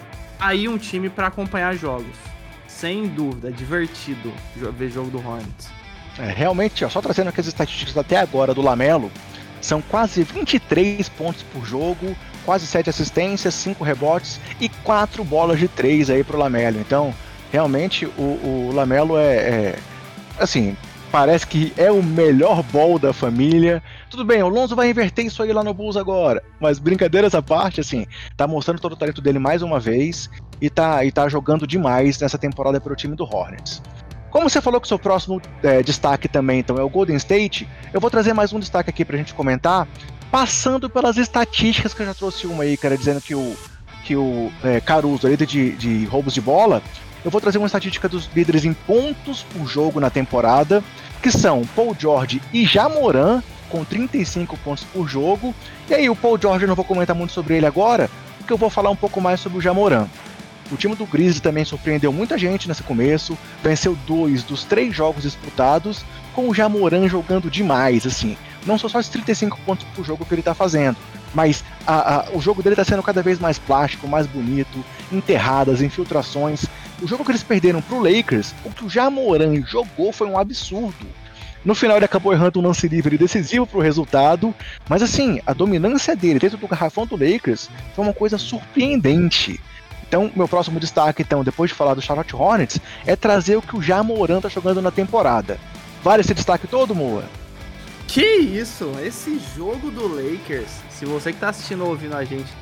aí um time pra acompanhar jogos. Sem dúvida, é divertido ver jogo do Hornets. É, realmente, ó, só trazendo aqui as estatísticas até agora do LaMelo, são quase vinte e três pontos por jogo, quase sete assistências, cinco rebotes e quatro bolas de três aí pro LaMelo. Então, realmente, o, o LaMelo é, é, assim, parece que é o melhor ball da família. Tudo bem, o Lonzo vai inverter isso aí lá no Bulls agora, mas brincadeiras à parte, assim, tá mostrando todo o talento dele mais uma vez e tá, e tá jogando demais nessa temporada pro time do Hornets. Como você falou que o seu próximo é, destaque também então, é o Golden State, eu vou trazer mais um destaque aqui pra gente comentar, passando pelas estatísticas que eu já trouxe uma aí, cara, dizendo que o, que o é, Caruso, líder de, de roubos de bola, eu vou trazer uma estatística dos líderes em pontos por jogo na temporada, que são Paul George e Ja Morant, com trinta e cinco pontos por jogo. E aí o Paul George eu não vou comentar muito sobre ele agora, porque eu vou falar um pouco mais sobre o Ja Morant. O time do Grizzlies também surpreendeu muita gente nesse começo, venceu dois dos três jogos disputados, com o Ja Morant jogando demais, assim. Não são só esses trinta e cinco pontos por jogo que ele tá fazendo, mas a, a, o jogo dele tá sendo cada vez mais plástico, mais bonito, enterradas, infiltrações. O jogo que eles perderam pro Lakers, o que o Ja Morant jogou foi um absurdo. No final ele acabou errando um lance livre decisivo pro resultado, mas assim, a dominância dele dentro do garrafão do Lakers foi uma coisa surpreendente. Então, meu próximo destaque, então, depois de falar do Charlotte Hornets, é trazer o que o Ja Morant tá jogando na temporada. Vale esse destaque todo, Moa? Que isso! Esse jogo do Lakers, se você que tá assistindo ou ouvindo a gente,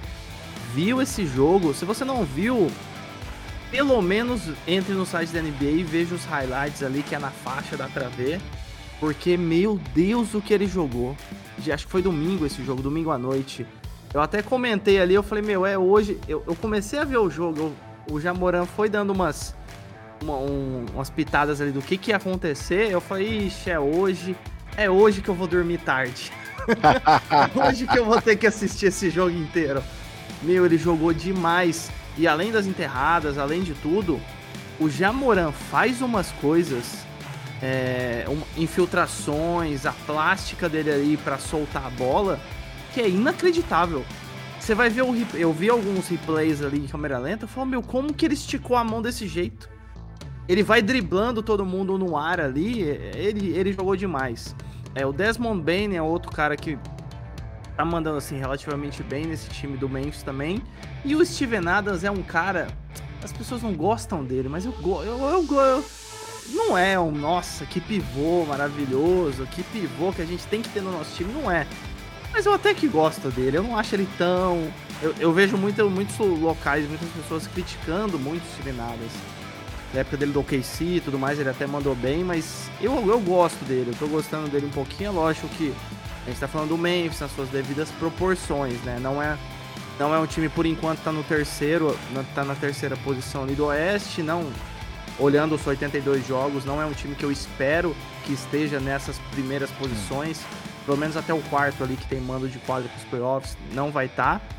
viu esse jogo, se você não viu, pelo menos entre no site da N B A e veja os highlights ali, que é na faixa, dá pra ver. Porque, meu Deus, o que ele jogou. Já, acho que foi domingo esse jogo, domingo à noite. Eu até comentei ali, eu falei, meu, é hoje. Eu, eu comecei a ver o jogo, eu, o Ja Morant foi dando umas, uma, um, umas pitadas ali do que, que ia acontecer. Eu falei, ixi, é hoje. É hoje que eu vou dormir tarde. É hoje que eu vou ter que assistir esse jogo inteiro. Meu, ele jogou demais. E além das enterradas, além de tudo, o Ja Morant faz umas coisas, é, um, infiltrações, a plástica dele ali pra soltar a bola, que é inacreditável. Você vai ver o replay, eu vi alguns replays ali em câmera lenta, eu falo, meu, como que ele esticou a mão desse jeito? Ele vai driblando todo mundo no ar ali, ele, ele jogou demais. É, o Desmond Bane é outro cara que tá mandando assim relativamente bem nesse time do Memphis também. E o Steven Adams é um cara, as pessoas não gostam dele, mas eu gosto, eu, eu, eu, não é um, nossa, que pivô maravilhoso, que pivô que a gente tem que ter no nosso time, não é. Mas eu até que gosto dele, eu não acho ele tão... Eu, eu vejo muito, muitos locais, muitas pessoas criticando muito o Steven Adams. Na época dele do O K C e tudo mais, ele até mandou bem, mas eu, eu gosto dele, eu tô gostando dele um pouquinho. É lógico que a gente tá falando do Memphis nas suas devidas proporções, né? Não é, não é um time, por enquanto, tá no terceiro, tá na terceira posição ali do Oeste, não... Olhando os oitenta e dois jogos, não é um time que eu espero que esteja nessas primeiras posições. Pelo menos até o quarto ali, que tem mando de quadra para os playoffs, não vai estar. Tá.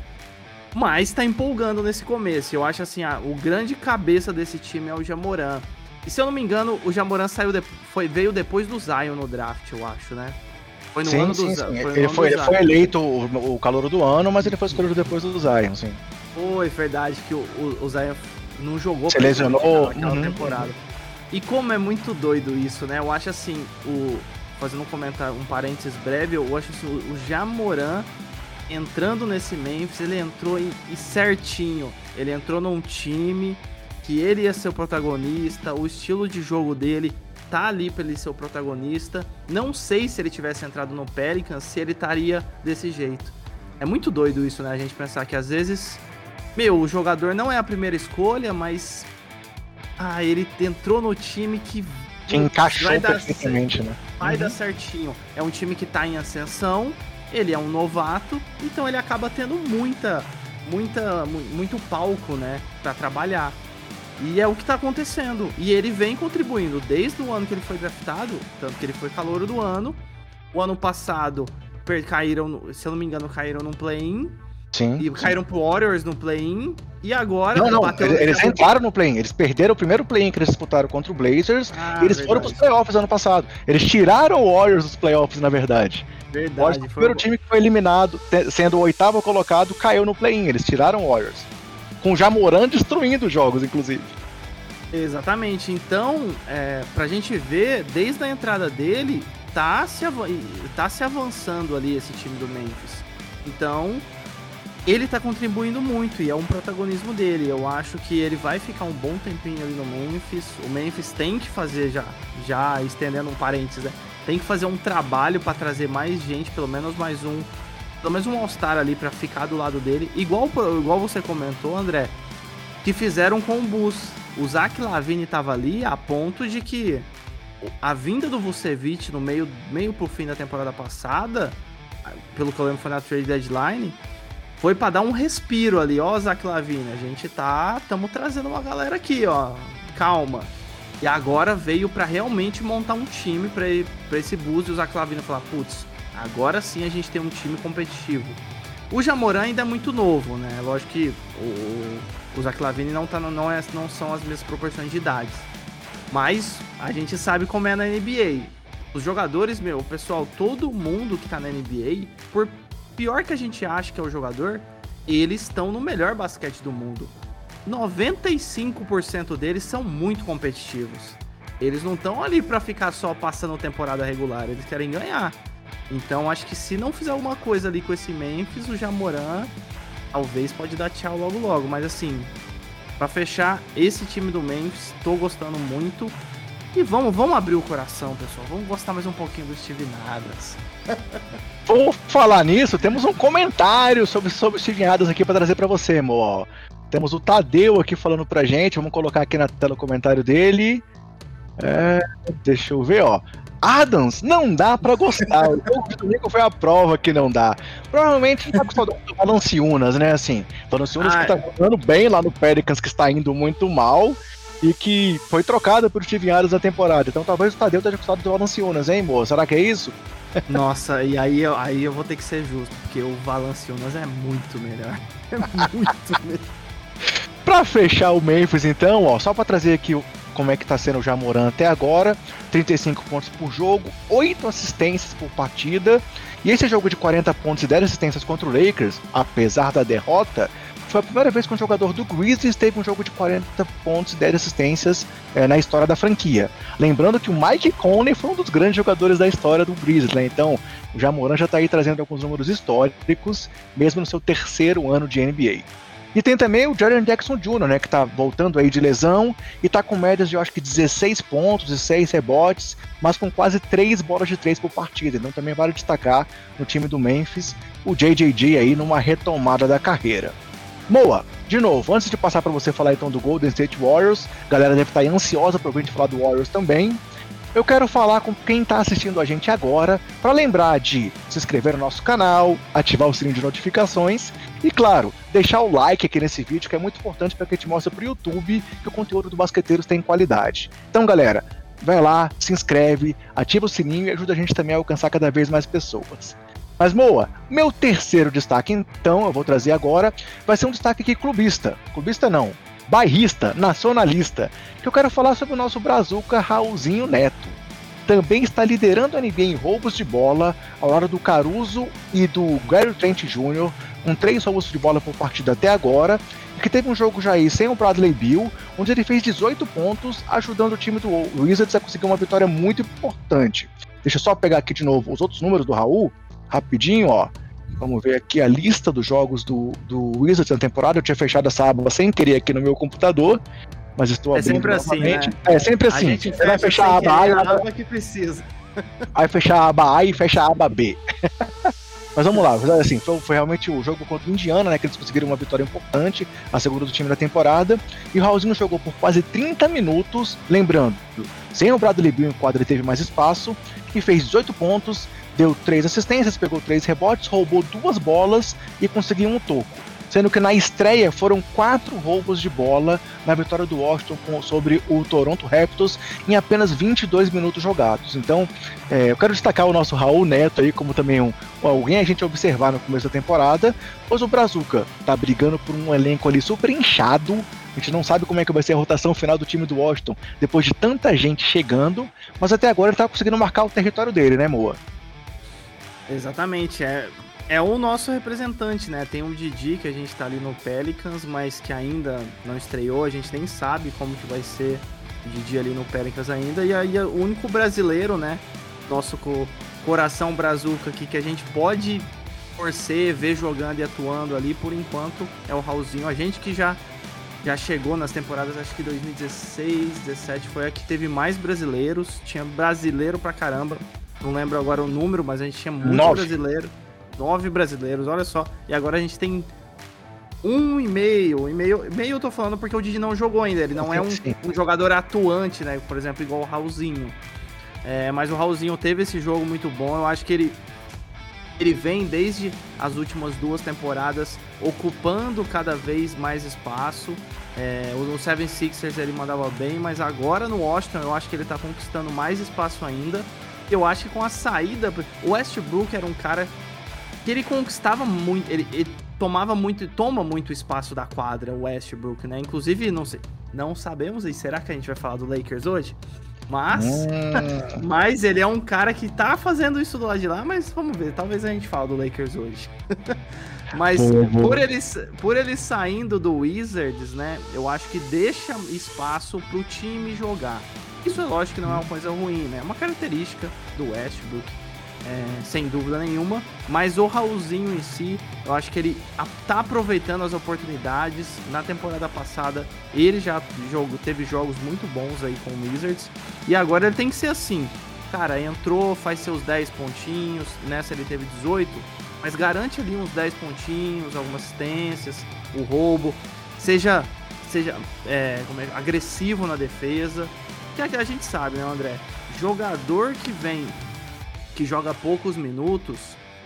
Mas tá empolgando nesse começo. Eu acho assim, ah, o grande cabeça desse time é o Ja Morant. E se eu não me engano, o Ja Morant saiu de... foi, veio depois do Zion no draft, eu acho, né? Foi no sim, ano sim, do Zion. Foi ele, foi, ele foi eleito o, o calouro do ano, mas ele foi escolhido depois do Zion, sim. Foi verdade que o, o, o Zion não jogou se lesionou naquela uhum. temporada. E como é muito doido isso, né? Eu acho assim, o... fazendo um comentário, um parênteses breve, eu acho assim, o Ja Morant entrando nesse Memphis, ele entrou e, e certinho, ele entrou num time que ele ia ser o protagonista, o estilo de jogo dele tá ali pra ele ser o protagonista. Não sei se ele tivesse entrado no Pelicans, se ele estaria desse jeito. É muito doido isso, né? A gente pensar que às vezes, meu, o jogador não é a primeira escolha, mas ah, ele entrou no time que que encaixou perfeitamente, certo, né? Vai uhum. dar certinho. É um time que tá em ascensão, ele é um novato, então ele acaba tendo muita, muita, muito palco, né, pra trabalhar. E é o que tá acontecendo. E ele vem contribuindo desde o ano que ele foi draftado, tanto que ele foi calouro do ano. O ano passado, caíram, se eu não me engano, caíram num play-in. Sim. E caíram pro Warriors no play-in. E agora... Não, não, eles, eles entraram no play-in. Eles perderam o primeiro play-in que eles disputaram contra o Blazers. Ah, e eles verdade. foram pros playoffs ano passado. Eles tiraram o Warriors dos playoffs, na verdade. Verdade. O, Warriors, o primeiro time que foi eliminado, sendo o oitavo colocado, caiu no play-in. Eles tiraram o Warriors. Com o Ja Morant destruindo os jogos, inclusive. Exatamente. Então, é, pra gente ver, desde a entrada dele, tá se, av- tá se avançando ali esse time do Memphis. Então... ele tá contribuindo muito e é um protagonismo dele. Eu acho que ele vai ficar um bom tempinho ali no Memphis. O Memphis tem que fazer, já, já estendendo um parênteses, né? Tem que fazer um trabalho para trazer mais gente, pelo menos mais um, pelo menos um All-Star ali para ficar do lado dele. Igual, igual você comentou, André, que fizeram com o Bus. O Zach LaVine tava ali a ponto de que a vinda do Vucevic no meio, meio pro fim da temporada passada, pelo que eu lembro foi na trade deadline, foi pra dar um respiro ali, ó, Zach LaVine, a gente tá, tamo trazendo uma galera aqui, ó, calma. E agora veio pra realmente montar um time pra, pra esse Bulls e o Zach LaVine falar, putz, agora sim a gente tem um time competitivo. O Ja Morant ainda é muito novo, né, lógico que o, o Zach LaVine não, tá, não, é, não são as mesmas proporções de idades, mas a gente sabe como é na N B A. Os jogadores, meu, o pessoal, todo mundo que tá na N B A, por pior que a gente acha que é o jogador, eles estão no melhor basquete do mundo. noventa e cinco por cento deles são muito competitivos. Eles não estão ali pra ficar só passando temporada regular, eles querem ganhar. Então acho que se não fizer alguma coisa ali com esse Memphis, o Ja Morant talvez pode dar tchau logo logo. Mas assim, pra fechar, esse time do Memphis, tô gostando muito. E vamos, vamos abrir o coração, pessoal. Vamos gostar mais um pouquinho do Steven Adams. Vou falar nisso, temos um comentário sobre, sobre o Steven Adams aqui pra trazer pra você, amor. Temos o Tadeu aqui falando pra gente, vamos colocar aqui na tela o comentário dele. É, deixa eu ver, ó. Adams, não dá pra gostar. O jogo de domingo foi a prova que não dá. Provavelmente não tá com saudade do Valanciunas, né? Assim, Valanciunas que tá jogando bem lá no Pelicans, que está indo muito mal. E que foi trocada por Steven Adams na temporada. Então talvez o Tadeu esteja gostado do Valanciunas, hein, moço? Será que é isso? Nossa, e aí eu, aí eu vou ter que ser justo, porque o Valanciunas é muito melhor. É muito melhor. Pra fechar o Memphis, então, ó, só pra trazer aqui o, como é que tá sendo o Ja Morant até agora. trinta e cinco pontos por jogo, oito assistências por partida. E esse jogo de quarenta pontos e dez assistências contra o Lakers, apesar da derrota, foi a primeira vez que um jogador do Grizzlies teve um jogo de quarenta pontos e dez assistências é, na história da franquia. Lembrando que o Mike Conley foi um dos grandes jogadores da história do Grizzlies, né? Então o Ja Morant já está aí trazendo alguns números históricos, mesmo no seu terceiro ano de N B A. E tem também o Jaren Jackson Júnior, né, que tá voltando aí de lesão e tá com médias de, eu acho que dezesseis pontos e seis rebotes, mas com quase três bolas de três por partida. Então também vale destacar no time do Memphis o J J J aí numa retomada da carreira. Moa, de novo, antes de passar para você falar então do Golden State Warriors, a galera deve estar aí ansiosa para a gente falar do Warriors também. Eu quero falar com quem está assistindo a gente agora, para lembrar de se inscrever no nosso canal, ativar o sininho de notificações e, claro, deixar o like aqui nesse vídeo, que é muito importante para que a gente mostre para o YouTube que o conteúdo do Basqueteiros tem qualidade. Então, galera, vai lá, se inscreve, ativa o sininho e ajuda a gente também a alcançar cada vez mais pessoas. Mas, Moa, meu terceiro destaque, então, eu vou trazer agora, vai ser um destaque aqui clubista. Clubista não, bairrista, nacionalista, que eu quero falar sobre o nosso brazuca Raulzinho Neto. Também está liderando a N B A em roubos de bola, ao lado do Caruso e do Gary Trent Júnior, com três roubos de bola por partida até agora, e que teve um jogo já aí sem o Bradley Beal, onde ele fez dezoito pontos, ajudando o time do Wizards a conseguir uma vitória muito importante. Deixa eu só pegar aqui de novo os outros números do Raul, rapidinho, ó. Vamos ver aqui a lista dos jogos do, do Wizards na temporada. Eu tinha fechado essa aba sem querer aqui no meu computador, mas estou abrindo é sempre novamente. Assim, né? É sempre assim. A gente Você vai fechar a aba A e a aba que precisa. Aí fechar a aba A e fecha a aba B. Mas vamos lá, assim, foi, foi realmente o jogo contra o Indiana, né, que eles conseguiram uma vitória importante, a segunda do time da temporada, e o Raulzinho jogou por quase trinta minutos, lembrando, sem o Bradley Beal em quadra ele teve mais espaço, e fez dezoito pontos, deu três assistências, pegou três rebotes, roubou duas bolas e conseguiu um toco. sendo que na estreia foram quatro roubos de bola na vitória do Washington sobre o Toronto Raptors em apenas vinte e dois minutos jogados. Então, é, eu quero destacar o nosso Raul Neto aí como também um, alguém a gente observar no começo da temporada, pois o Brazuca tá brigando por um elenco ali super inchado. A gente não sabe como é que vai ser a rotação final do time do Washington depois de tanta gente chegando, mas até agora ele tá conseguindo marcar o território dele, né, Moa? Exatamente, é, é o nosso representante, né? Tem um Didi que a gente tá ali no Pelicans, mas que ainda não estreou, a gente nem sabe como que vai ser o Didi ali no Pelicans ainda, e aí o único brasileiro, né, nosso co- coração brazuca aqui que a gente pode torcer, ver jogando e atuando ali, por enquanto, é o Raulzinho, a gente que já Já chegou nas temporadas, acho que dois mil e dezesseis, dezessete foi a que teve mais brasileiros. Tinha brasileiro pra caramba. Não lembro agora o número, mas a gente tinha muito Nove. brasileiro. Nove brasileiros, olha só. E agora a gente tem um e meio. E meio, meio eu tô falando porque o Didi não jogou ainda. Ele não é um, um jogador atuante, né? Por exemplo, igual o Raulzinho. É, mas o Raulzinho teve esse jogo muito bom. Eu acho que ele... Ele vem desde as últimas duas temporadas ocupando cada vez mais espaço. É, no seventy-sixers ele mandava bem, mas agora no Washington eu acho que ele tá conquistando mais espaço ainda. Eu acho que com a saída... O Westbrook era um cara que ele conquistava muito... Ele, ele tomava muito... Toma muito espaço da quadra, o Westbrook, né? Inclusive, não sei... Não sabemos, e será que a gente vai falar do Lakers hoje? Mas, hum. mas ele é um cara que tá fazendo isso do lado de lá, mas vamos ver, talvez a gente fale do Lakers hoje. Mas boa, boa. Por, ele, por ele saindo do Wizards, né, eu acho que deixa espaço pro time jogar. Isso é lógico que não é uma coisa ruim, né, é uma característica do Westbrook, é, sem dúvida nenhuma, mas o Raulzinho em si, eu acho que ele tá aproveitando as oportunidades. Na temporada passada ele já jogo, teve jogos muito bons aí com o Wizards, e agora ele tem que ser assim, cara, entrou, faz seus dez pontinhos, nessa ele teve dezoito, mas garante ali uns dez pontinhos, algumas assistências, o roubo, seja, seja é, como é, agressivo na defesa, que a gente sabe, né, André, jogador que vem que joga poucos minutos,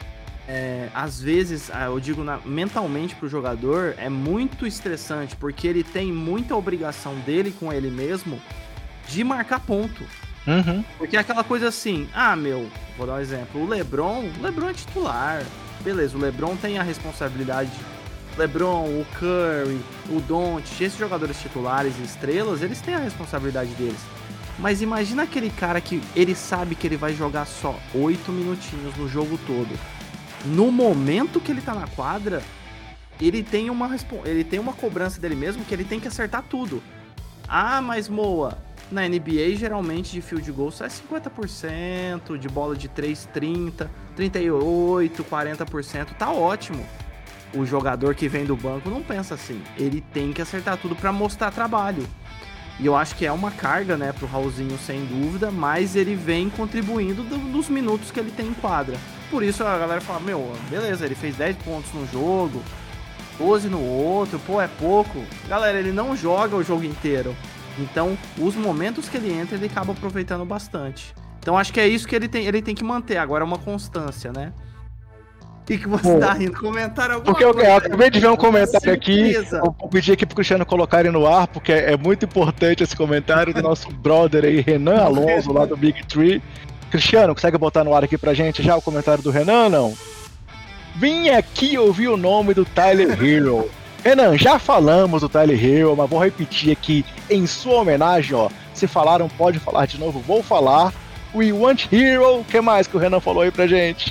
é, às vezes, eu digo na, mentalmente pro jogador, é muito estressante, porque ele tem muita obrigação dele com ele mesmo de marcar ponto. Uhum. Porque é aquela coisa assim, ah, meu, vou dar um exemplo, o LeBron, o LeBron é titular, beleza, o LeBron tem a responsabilidade, LeBron, o Curry, o Doncic, esses jogadores titulares e estrelas, eles têm a responsabilidade deles. Mas imagina aquele cara que ele sabe que ele vai jogar só oito minutinhos no jogo todo. No momento que ele tá na quadra, ele tem uma, ele tem uma cobrança dele mesmo que ele tem que acertar tudo. Ah, mas Moa, na N B A geralmente de field goal sai cinquenta por cento, de bola de três, trinta, trinta e oito, quarenta por cento, tá ótimo. O jogador que vem do banco não pensa assim. Ele tem que acertar tudo pra mostrar trabalho. E eu acho que é uma carga, né, pro Raulzinho, sem dúvida, mas ele vem contribuindo do, dos minutos que ele tem em quadra. Por isso a galera fala, meu, beleza, ele fez dez pontos no jogo, doze no outro, pô, é pouco. Galera, ele não joga o jogo inteiro. Então, os momentos que ele entra, ele acaba aproveitando bastante. Então, acho que é isso que ele tem, ele tem que manter. Agora, uma constância, né? O que, que você Pô, tá rindo? Comentário alguma porque coisa? Eu, eu acabei de ver um comentário aqui, eu vou pedir aqui pro Cristiano colocarem no ar, porque é, é muito importante esse comentário do nosso brother aí, Renan Alonso, lá do Big Tree. Cristiano, consegue botar no ar aqui pra gente já o comentário do Renan, não? Vim aqui ouvir o nome do Tyler Hero. Renan, já falamos do Tyler Hero, mas vou repetir aqui em sua homenagem, ó. Se falaram, pode falar de novo, vou falar. We want Hero. O que mais que o Renan falou aí pra gente?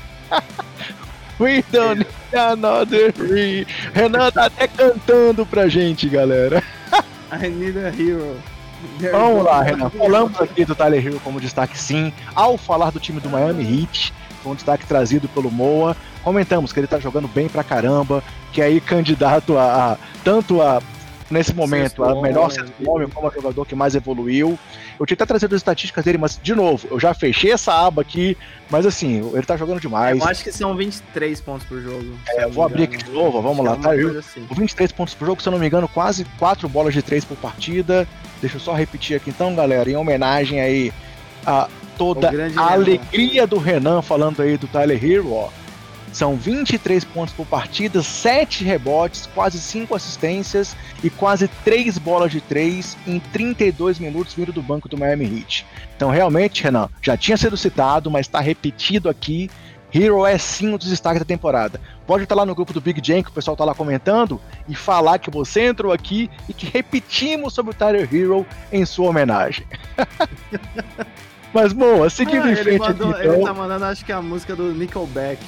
We don't need another free. Renan tá até cantando pra gente, galera. I need a hero. There Vamos lá, Renan. Falamos aqui do Tyler Hero como destaque, sim. Ao falar do time do Miami Heat, foi um destaque trazido pelo Moa. Comentamos que ele tá jogando bem pra caramba, que é aí candidato a, a tanto a, nesse momento, a melhor sexto homem como a jogador que mais evoluiu. Eu tinha até trazido as estatísticas dele, mas, de novo, eu já fechei essa aba aqui, mas assim, ele tá jogando demais. Eu acho que são vinte e três pontos por jogo. É, eu vou abrir aqui de novo, vamos lá, tá? Eu, assim. vinte e três pontos por jogo, se eu não me engano, quase quatro bolas de três por partida. Deixa eu só repetir aqui então, galera, em homenagem aí a toda a alegria do Renan falando aí do Tyler Hero, ó. São vinte e três pontos por partida, sete rebotes, quase cinco assistências e quase três bolas de três em trinta e dois minutos vindo do banco do Miami Heat. Então realmente, Renan, já tinha sido citado, mas está repetido aqui. Hero é sim um dos destaques da temporada. Pode estar lá no grupo do Big Jam, que o pessoal está lá comentando, e falar que você entrou aqui e que repetimos sobre o Tyler Hero em sua homenagem. Mas, boa, seguindo ah, em frente mandou, aqui, então... Ele tá mandando, acho que é a música do Nickelback.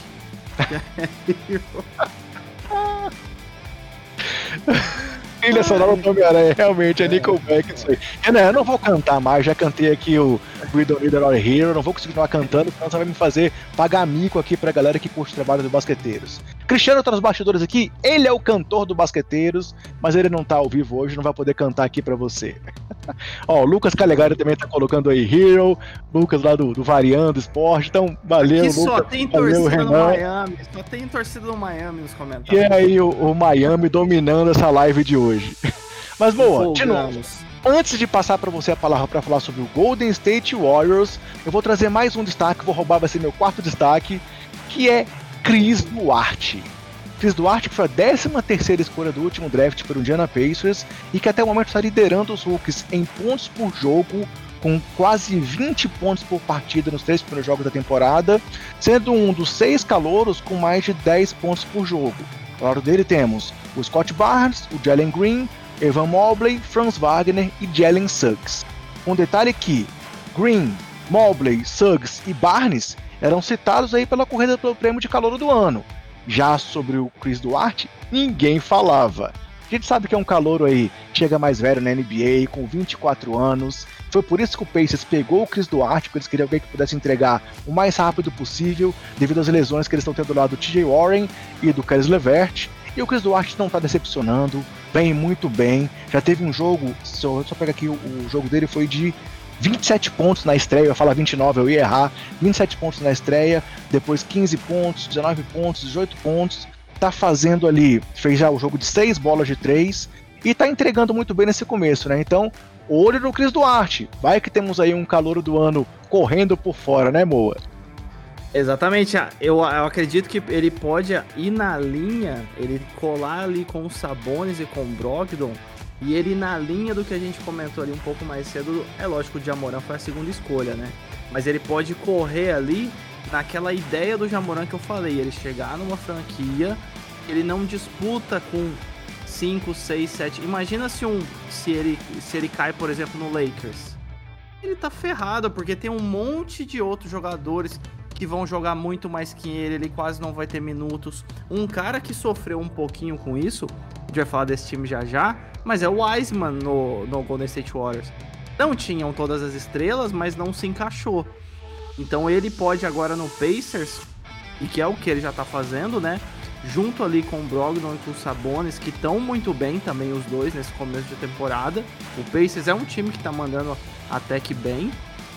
Trilha sonora do Homem-Aranha, realmente, é Nickelback isso aí. Renan, eu não vou cantar mais, já cantei aqui o We Don't Need Another Hero, não vou conseguir continuar cantando, senão você vai me fazer pagar mico aqui pra galera que curte o trabalho do Basqueteiros. Cristiano tá nos bastidores aqui, ele é o cantor do Basqueteiros, mas ele não tá ao vivo hoje, não vai poder cantar aqui pra você. Ó, o Lucas Calegari também tá colocando aí Hero, Lucas lá do, do Variando Esporte, então valeu, Lucas. Só tem valeu, torcida Renan. No Miami, só tem torcida no Miami nos comentários. E aí o, o Miami dominando essa live de hoje. Mas boa, de novo, antes de passar para você a palavra para falar sobre o Golden State Warriors, eu vou trazer mais um destaque, vou roubar, vai ser meu quarto destaque, que é Chris Duarte. Chris Duarte, que foi a décima terceira escolha do último draft pelo Indiana Pacers e que até o momento está liderando os rookies em pontos por jogo, com quase vinte pontos por partida nos três primeiros jogos da temporada, sendo um dos seis calouros com mais de dez pontos por jogo. Ao lado dele temos o Scott Barnes, o Jalen Green, Evan Mobley, Franz Wagner e Jalen Suggs. Um detalhe que Green, Mobley, Suggs e Barnes eram citados aí pela corrida pelo prêmio de calouro do ano. Já sobre o Chris Duarte, ninguém falava. A gente sabe que é um calouro aí, chega mais velho na N B A, com vinte e quatro anos. Foi por isso que o Pacers pegou o Chris Duarte, porque eles queriam alguém que pudesse entregar o mais rápido possível, devido às lesões que eles estão tendo lá do T J Warren e do Caris LeVert. E o Chris Duarte não está decepcionando, vem muito bem. Já teve um jogo, só, só pegar aqui, o, o jogo dele foi de vinte e sete pontos na estreia, eu ia falar vinte e nove, eu ia errar. vinte e sete pontos na estreia, depois quinze pontos, dezenove pontos, dezoito pontos. Tá fazendo ali, fez já o jogo de seis bolas de três e tá entregando muito bem nesse começo, né? Então, olho no Chris Duarte. Vai que temos aí um calouro do ano correndo por fora, né, Moa? Exatamente, eu, eu acredito que ele pode ir na linha, ele colar ali com o Sabonis e com o Brogdon, e ele na linha do que a gente comentou ali um pouco mais cedo. É lógico, o Jamoran foi a segunda escolha, né? Mas ele pode correr ali naquela ideia do Jamoran que eu falei, ele chegar numa franquia, ele não disputa com cinco, seis, sete. Imagina se, um, se, ele, se ele cai, por exemplo, no Lakers. Ele tá ferrado, porque tem um monte de outros jogadores que vão jogar muito mais que ele, ele quase não vai ter minutos. Um cara que sofreu um pouquinho com isso, a gente vai falar desse time já já, mas é o Wiseman no, no Golden State Warriors. Não tinham todas as estrelas, mas não se encaixou. Então ele pode agora no Pacers, e que é o que ele já tá fazendo, né? Junto ali com o Brogdon e com o Sabonis, que estão muito bem também os dois nesse começo de temporada. O Pacers é um time que tá mandando até que bem.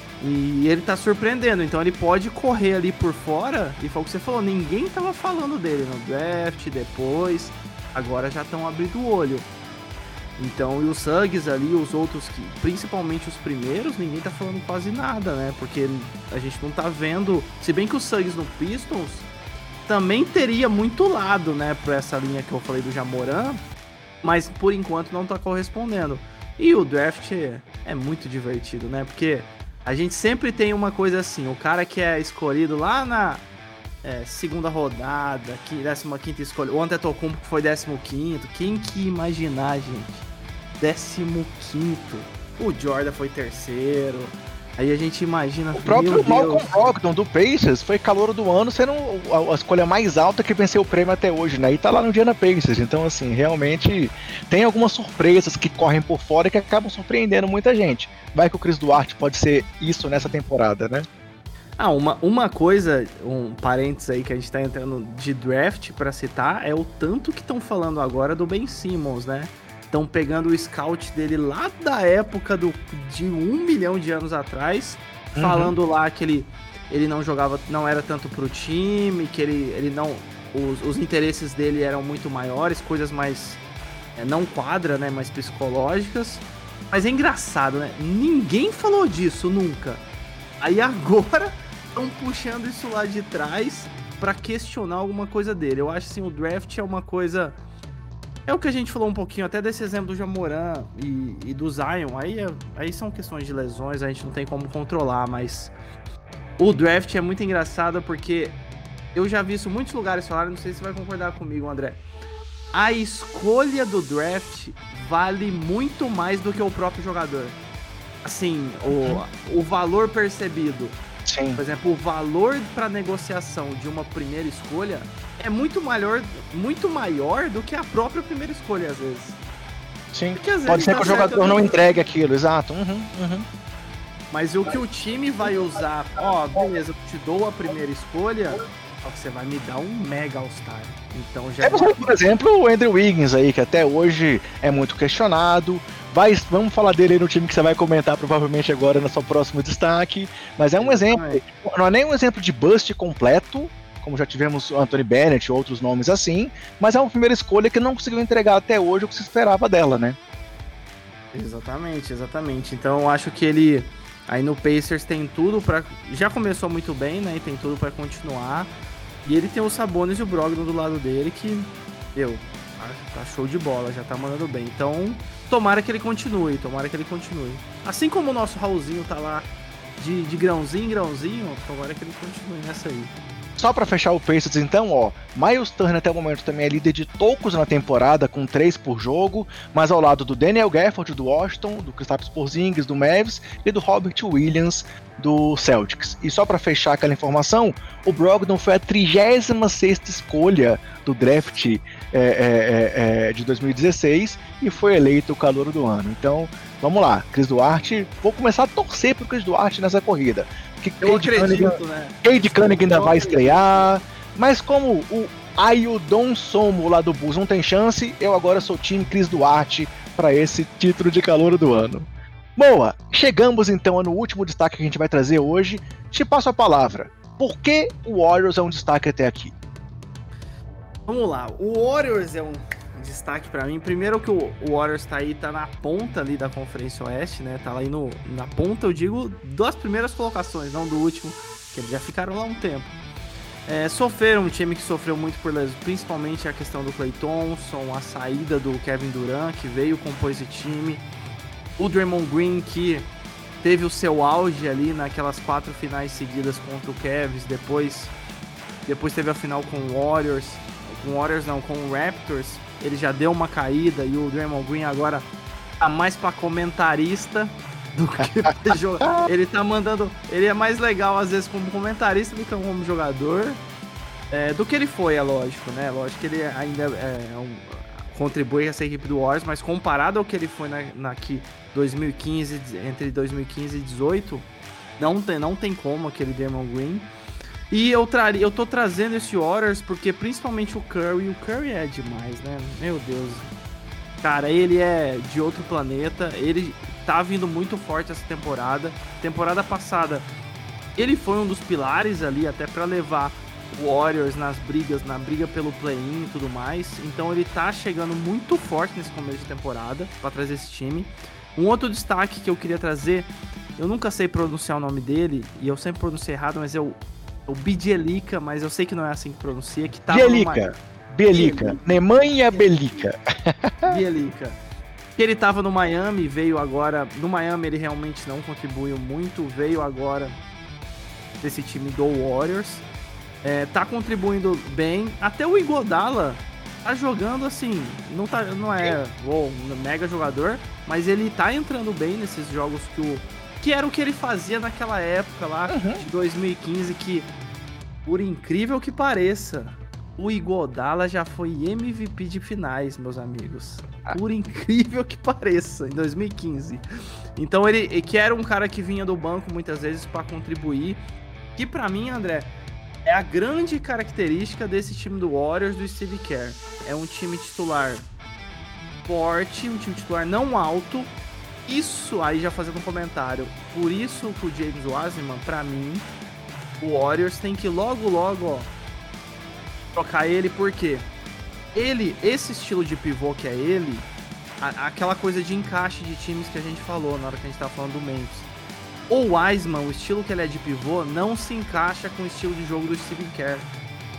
E ele tá surpreendendo, então ele pode correr ali por fora. E foi o que você falou, ninguém tava falando dele no draft, depois. Agora já estão abrindo o olho. Então, e os Suggs ali, os outros, que, principalmente os primeiros, ninguém tá falando quase nada, né? Porque a gente não tá vendo... Se bem que os Suggs no Pistons também teria muito lado, né? Pra essa linha que eu falei do Jamoran. Mas, por enquanto, não tá correspondendo. E o draft é muito divertido, né? Porque a gente sempre tem uma coisa assim. O cara que é escolhido lá na é, segunda rodada, décima quinta escolha. O Antetokounmpo que foi décimo quinto. Quem que imaginar, gente? décimo quinto. O Jordan foi terceiro. Aí a gente imagina... O próprio Malcolm Brogdon do Pacers foi calouro do ano, sendo a, a escolha mais alta que venceu o prêmio até hoje, né? E tá lá no Indiana Pacers. Então, assim, realmente tem algumas surpresas que correm por fora e que acabam surpreendendo muita gente. Vai que o Chris Duarte pode ser isso nessa temporada, né? Ah, uma, uma coisa, um parênteses aí que a gente tá entrando de draft pra citar, é o tanto que estão falando agora do Ben Simmons, né? Estão pegando o scout dele lá da época do, de um milhão de anos atrás, uhum. falando lá que ele, ele não jogava, não era tanto pro time, que ele, ele não... Os, os interesses dele eram muito maiores, coisas mais... É, não quadra, né? Mais psicológicas. Mas é engraçado, né? Ninguém falou disso nunca. Aí agora estão puxando isso lá de trás pra questionar alguma coisa dele. Eu acho assim, o draft é uma coisa... É o que a gente falou um pouquinho até desse exemplo do Jamoran e, e do Zion. Aí, é, aí são questões de lesões, a gente não tem como controlar, mas o draft é muito engraçado porque eu já vi isso em muitos lugares falarem, não sei se você vai concordar comigo, André. A escolha do draft vale muito mais do que o próprio jogador. Assim, o, o valor percebido. Sim. Por exemplo, o valor para negociação de uma primeira escolha é muito maior, muito maior do que a própria primeira escolha, às vezes. Sim, Porque, às pode vezes, ser tá que o jogador certo, não né? entregue aquilo, exato. Uhum, uhum. Mas o que o time vai usar, ó, beleza, eu te dou a primeira escolha, só que você vai me dar um mega All-Star. Então já... Temos, por exemplo, o Andrew Wiggins aí, que até hoje é muito questionado. Vai, vamos falar dele aí no time que você vai comentar provavelmente agora no seu próximo destaque. Mas é um exemplo, não é nem um exemplo de bust completo, como já tivemos o Anthony Bennett e outros nomes assim, mas é uma primeira escolha que não conseguiu entregar até hoje o que se esperava dela, né? Exatamente, exatamente. Então eu acho que ele aí no Pacers tem tudo pra... Já começou muito bem, né? E tem tudo pra continuar. E ele tem o Sabonis e o Brogdon do lado dele que, meu, tá show de bola, já tá mandando bem. Então, tomara que ele continue, tomara que ele continue. Assim como o nosso Raulzinho tá lá de, de grãozinho em grãozinho, tomara que ele continue nessa aí. Só pra fechar o Pacers então, ó, Miles Turner até o momento também é líder de tocos na temporada, com três por jogo, mas ao lado do Daniel Gafford do Washington, do Kristaps Porzingis do Mavs e do Robert Williams do Celtics. E só pra fechar aquela informação, o Brogdon foi a trigésima sexta escolha do draft é, é, é, é, de dois mil e dezesseis e foi eleito o calouro do ano. Então, vamos lá, Chris Duarte, vou começar a torcer pro Chris Duarte nessa corrida. Que Eu Cade acredito, Cunningham, né? Cade Cunningham ainda vai estrear, mas como o Ayudon Somo lá do Bulls não tem chance, eu agora sou time Chris Duarte para esse título de calouro do ano. Boa, chegamos então no último destaque que a gente vai trazer hoje. Te passo a palavra. Por que o Warriors é um destaque até aqui? Vamos lá, o Warriors é um destaque pra mim. Primeiro que o Warriors tá aí, tá na ponta ali da Conferência Oeste, né? Tá lá aí no, na ponta, eu digo, das primeiras colocações, não do último, que eles já ficaram lá um tempo. É, sofreram, um time que sofreu muito por lesões, principalmente a questão do Klay Thompson, a saída do Kevin Durant, que veio compor esse time. O Draymond Green, que teve o seu auge ali naquelas quatro finais seguidas contra o Cavs, depois, depois teve a final com o Warriors, com o Warriors não, com o Raptors, ele já deu uma caída e o Draymond Green agora tá mais pra comentarista do que pra jogar. Ele tá mandando, ele é mais legal às vezes como comentarista do que como jogador, é, do que ele foi, é lógico, né? Lógico que ele ainda é um, contribui a essa equipe do Warriors, mas comparado ao que ele foi na, na que dois mil e quinze, entre dois mil e quinze e dezoito, não tem, não tem como aquele Draymond Green. E eu, tra eu tô trazendo esse Warriors porque principalmente o Curry, o Curry é demais, né? Meu Deus. Cara, ele é de outro planeta, ele tá vindo muito forte essa temporada. Temporada passada, ele foi um dos pilares ali até pra levar o Warriors nas brigas, na briga pelo play-in e tudo mais. Então ele tá chegando muito forte nesse começo de temporada pra trazer esse time. Um outro destaque que eu queria trazer, eu nunca sei pronunciar o nome dele, e eu sempre pronunciei errado, mas eu... O Bjelica, mas eu sei que não é assim que pronuncia, que tava Bjelica, no... Bjelica, Nemanja Bjelica. Bjelica. Que ele tava no Miami, veio agora... No Miami ele realmente não contribuiu muito, veio agora desse time do Warriors. É, tá contribuindo bem. Até o Iguodala tá jogando assim, não, tá, não é oh, um mega jogador, mas ele tá entrando bem nesses jogos que o... Que era o que ele fazia naquela época lá, uhum. de dois mil e quinze, que, por incrível que pareça, o Iguodala já foi M V P de finais, meus amigos. Por incrível que pareça, em dois mil e quinze. Então ele, que era um cara que vinha do banco muitas vezes para contribuir, que pra mim, André, é a grande característica desse time do Warriors, do Steve Kerr. É um time titular forte, um time titular não alto. Isso, aí já fazendo um comentário, por isso que o James Wiseman, pra mim, o Warriors tem que logo, logo, ó, trocar ele, porque ele, esse estilo de pivô que é ele, a, aquela coisa de encaixe de times que a gente falou na hora que a gente tava falando do Memphis. O Wiseman, o estilo que ele é de pivô, não se encaixa com o estilo de jogo do Steve Kerr.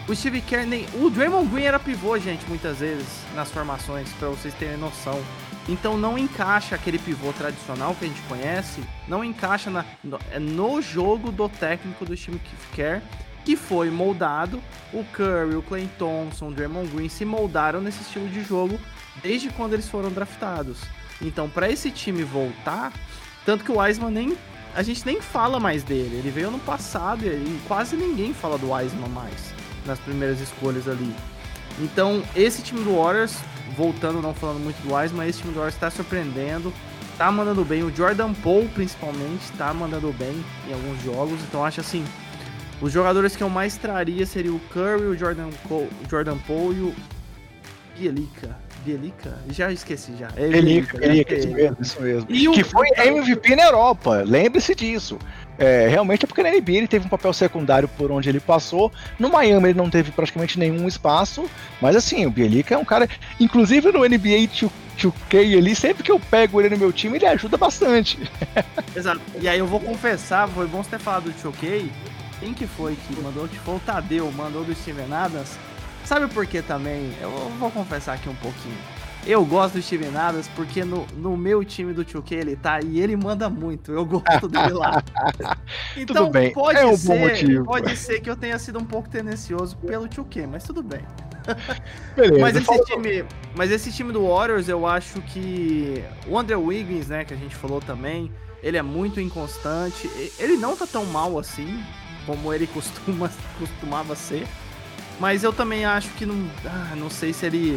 O Steve Kerr nem... O Draymond Green era pivô, gente, muitas vezes, nas formações, pra vocês terem noção. Então não encaixa aquele pivô tradicional que a gente conhece, não encaixa na, no, no jogo do técnico do Steve Kerr, que foi moldado. O Curry, o Klay Thompson, o Draymond Green se moldaram nesse estilo de jogo desde quando eles foram draftados. Então, para esse time voltar, tanto que o Wiseman nem... A gente nem fala mais dele, ele veio no passado e quase ninguém fala do Wiseman mais, nas primeiras escolhas ali. Então, esse time do Warriors, voltando, não falando muito do Wiseman, esse time do Warriors tá surpreendendo, tá mandando bem. O Jordan Poole, principalmente, tá mandando bem em alguns jogos. Então, acho assim, os jogadores que eu mais traria seriam o Curry, o Jordan, Cole, o Jordan Poole e o Bielica. Bielica? Já esqueci, já. É Bielica, Bielica, isso mesmo, isso mesmo. E que o... foi M V P na Europa, lembre-se disso. É, realmente é porque na N B A ele teve um papel secundário por onde ele passou. No Miami ele não teve praticamente nenhum espaço. Mas assim, o Bielica é um cara... Inclusive no N B A dois K ali, sempre que eu pego ele no meu time, ele ajuda bastante. Exato. E aí eu vou confessar, foi bom você ter falado do dois K. Quem que foi que mandou? Foi o Tadeu, mandou do Steven Adams. Sabe por que também? Eu vou confessar aqui um pouquinho. Eu gosto do Steven Adams porque no, no meu time do dois K ele tá e ele manda muito. Eu gosto dele lá. Então tudo bem. Pode, é um ser, bom motivo. pode ser que eu tenha sido um pouco tendencioso pelo dois K, mas tudo bem. Beleza, mas, esse time, mas esse time do Warriors, eu acho que o Andrew Wiggins, né, que a gente falou também, ele é muito inconstante. Ele não tá tão mal assim como ele costuma, costumava ser. Mas eu também acho que não... Ah, não sei se ele...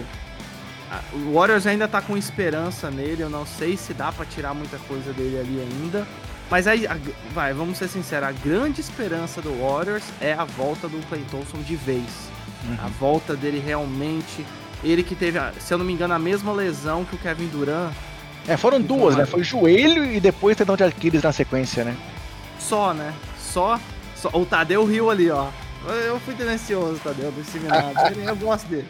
O Warriors ainda tá com esperança nele. Eu não sei se dá pra tirar muita coisa dele ali ainda. Mas aí, vai, vamos ser sinceros. A grande esperança do Warriors é a volta do Klay Thompson de vez. Uhum. A volta dele realmente... Ele que teve, se eu não me engano, a mesma lesão que o Kevin Durant. É, foram duas, né? Foi joelho e depois tendão de Aquiles na sequência, né? Só, né? Só... só o Tadeu riu ali, ó. Eu fui tendencioso, Tadeu, desse minado. Eu gosto dele.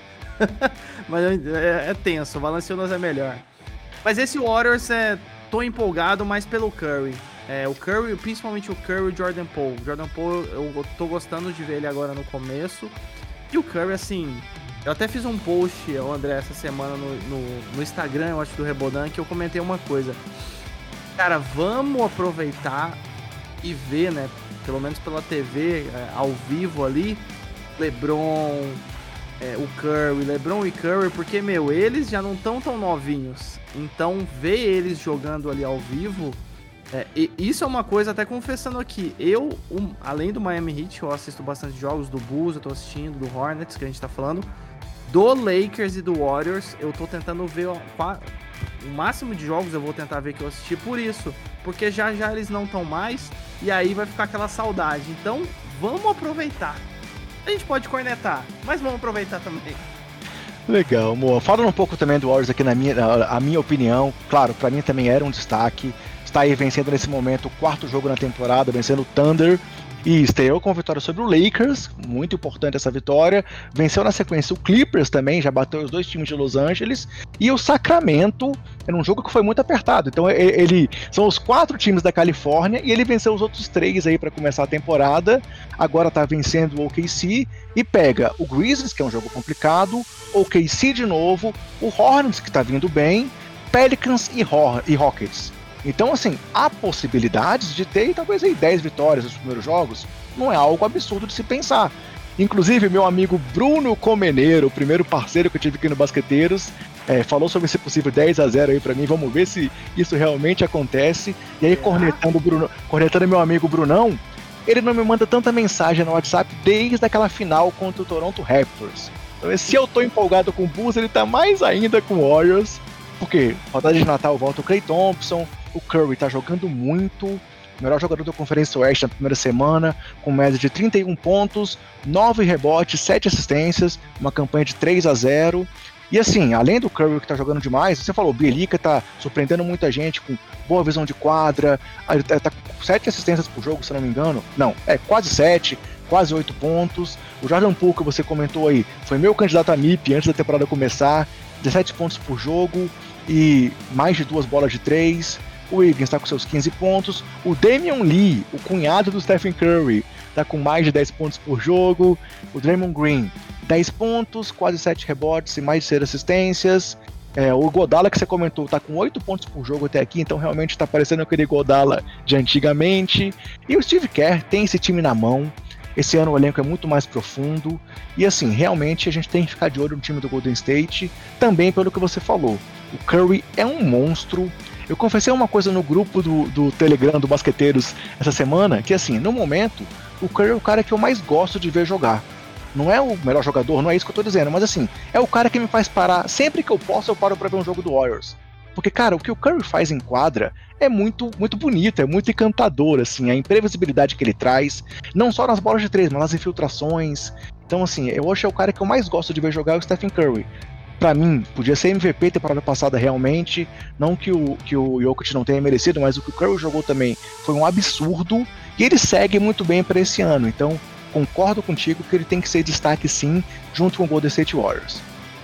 Mas é, é tenso, o Valanciunas é melhor. Mas esse Warriors, é, tô empolgado mais pelo Curry. É, o Curry, principalmente o Curry e o Jordan Poole. O Jordan Poole, eu tô gostando de ver ele agora no começo. E o Curry, assim... Eu até fiz um post, o André, essa semana no, no, no Instagram, eu acho, do Rebodan, que eu comentei uma coisa. Cara, vamos aproveitar e ver, né? Pelo menos pela T V, é, ao vivo ali, LeBron, é, o Curry, LeBron e Curry, porque, meu, eles já não estão tão novinhos. Então, ver eles jogando ali ao vivo, é, e isso é uma coisa, até confessando aqui, eu, um, além do Miami Heat, eu assisto bastante jogos do Bulls, eu tô assistindo, do Hornets, que a gente tá falando, do Lakers e do Warriors, eu tô tentando ver ó, o máximo de jogos eu vou tentar ver que eu assisti por isso, porque já já eles não estão mais, e aí vai ficar aquela saudade. Então, vamos aproveitar. A gente pode cornetar, mas vamos aproveitar também. Legal, amor. Falando um pouco também do Warriors aqui na minha, a minha opinião, claro, pra mim também era um destaque. Está aí vencendo nesse momento o quarto jogo na temporada, vencendo o Thunder. E estreou com vitória sobre o Lakers, muito importante essa vitória. Venceu na sequência o Clippers também, já bateu os dois times de Los Angeles. E o Sacramento, era um jogo que foi muito apertado. Então ele são os quatro times da Califórnia e ele venceu os outros três aí para começar a temporada. Agora tá vencendo o O K C e pega o Grizzlies, que é um jogo complicado, o O K C de novo, o Hornets, que tá vindo bem, Pelicans e, Ho- e Rockets. Então, assim, há possibilidades de ter talvez aí dez vitórias nos primeiros jogos. Não é algo absurdo de se pensar. Inclusive, meu amigo Bruno Comeneiro, o primeiro parceiro que eu tive aqui no Basqueteiros, é, falou sobre esse possível dez a zero aí pra mim. Vamos ver se isso realmente acontece. E aí, cornetando, Bruno, cornetando meu amigo Brunão, ele não me manda tanta mensagem no WhatsApp desde aquela final contra o Toronto Raptors. Então, se eu tô empolgado com o Bulls, ele tá mais ainda com o Warriors. Porque rodada de Natal volta o Klay Thompson, o Curry tá jogando muito, melhor jogador da Conferência Oeste na primeira semana, com média de trinta e um pontos, nove rebotes, sete assistências, uma campanha de três a zero. E assim, além do Curry que tá jogando demais, você falou, o Bielica tá surpreendendo muita gente com boa visão de quadra, ele tá com sete assistências por jogo, se não me engano. Não, é quase sete, quase oito pontos. O Jordan Poole, que você comentou aí, foi meu candidato a M I P antes da temporada começar, dezessete pontos por jogo e mais de duas bolas de três. O Wiggins está com seus quinze pontos. O Damian Lee, o cunhado do Stephen Curry, tá com mais de dez pontos por jogo. O Draymond Green, dez pontos, quase sete rebotes e mais de seis assistências. É, o Iguodala, que você comentou, tá com oito pontos por jogo até aqui, então realmente tá parecendo aquele Iguodala de antigamente. E o Steve Kerr tem esse time na mão. Esse ano o elenco é muito mais profundo. E assim, realmente a gente tem que ficar de olho no time do Golden State, também pelo que você falou. O Curry é um monstro. Eu confessei uma coisa no grupo do, do Telegram do Basqueteiros essa semana, que assim, no momento, o Curry é o cara que eu mais gosto de ver jogar. Não é o melhor jogador, não é isso que eu tô dizendo, mas assim, é o cara que me faz parar. Sempre que eu posso, eu paro pra ver um jogo do Warriors. Porque, cara, o que o Curry faz em quadra é muito, muito bonito, é muito encantador, assim, a imprevisibilidade que ele traz, não só nas bolas de três, mas nas infiltrações. Então, assim, eu acho que é o cara que eu mais gosto de ver jogar é o Stephen Curry. Pra mim, podia ser M V P temporada passada realmente, não que o, que o Jokic não tenha merecido, mas o que o Curry jogou também foi um absurdo, e ele segue muito bem pra esse ano, então concordo contigo que ele tem que ser destaque sim, junto com o Golden State Warriors.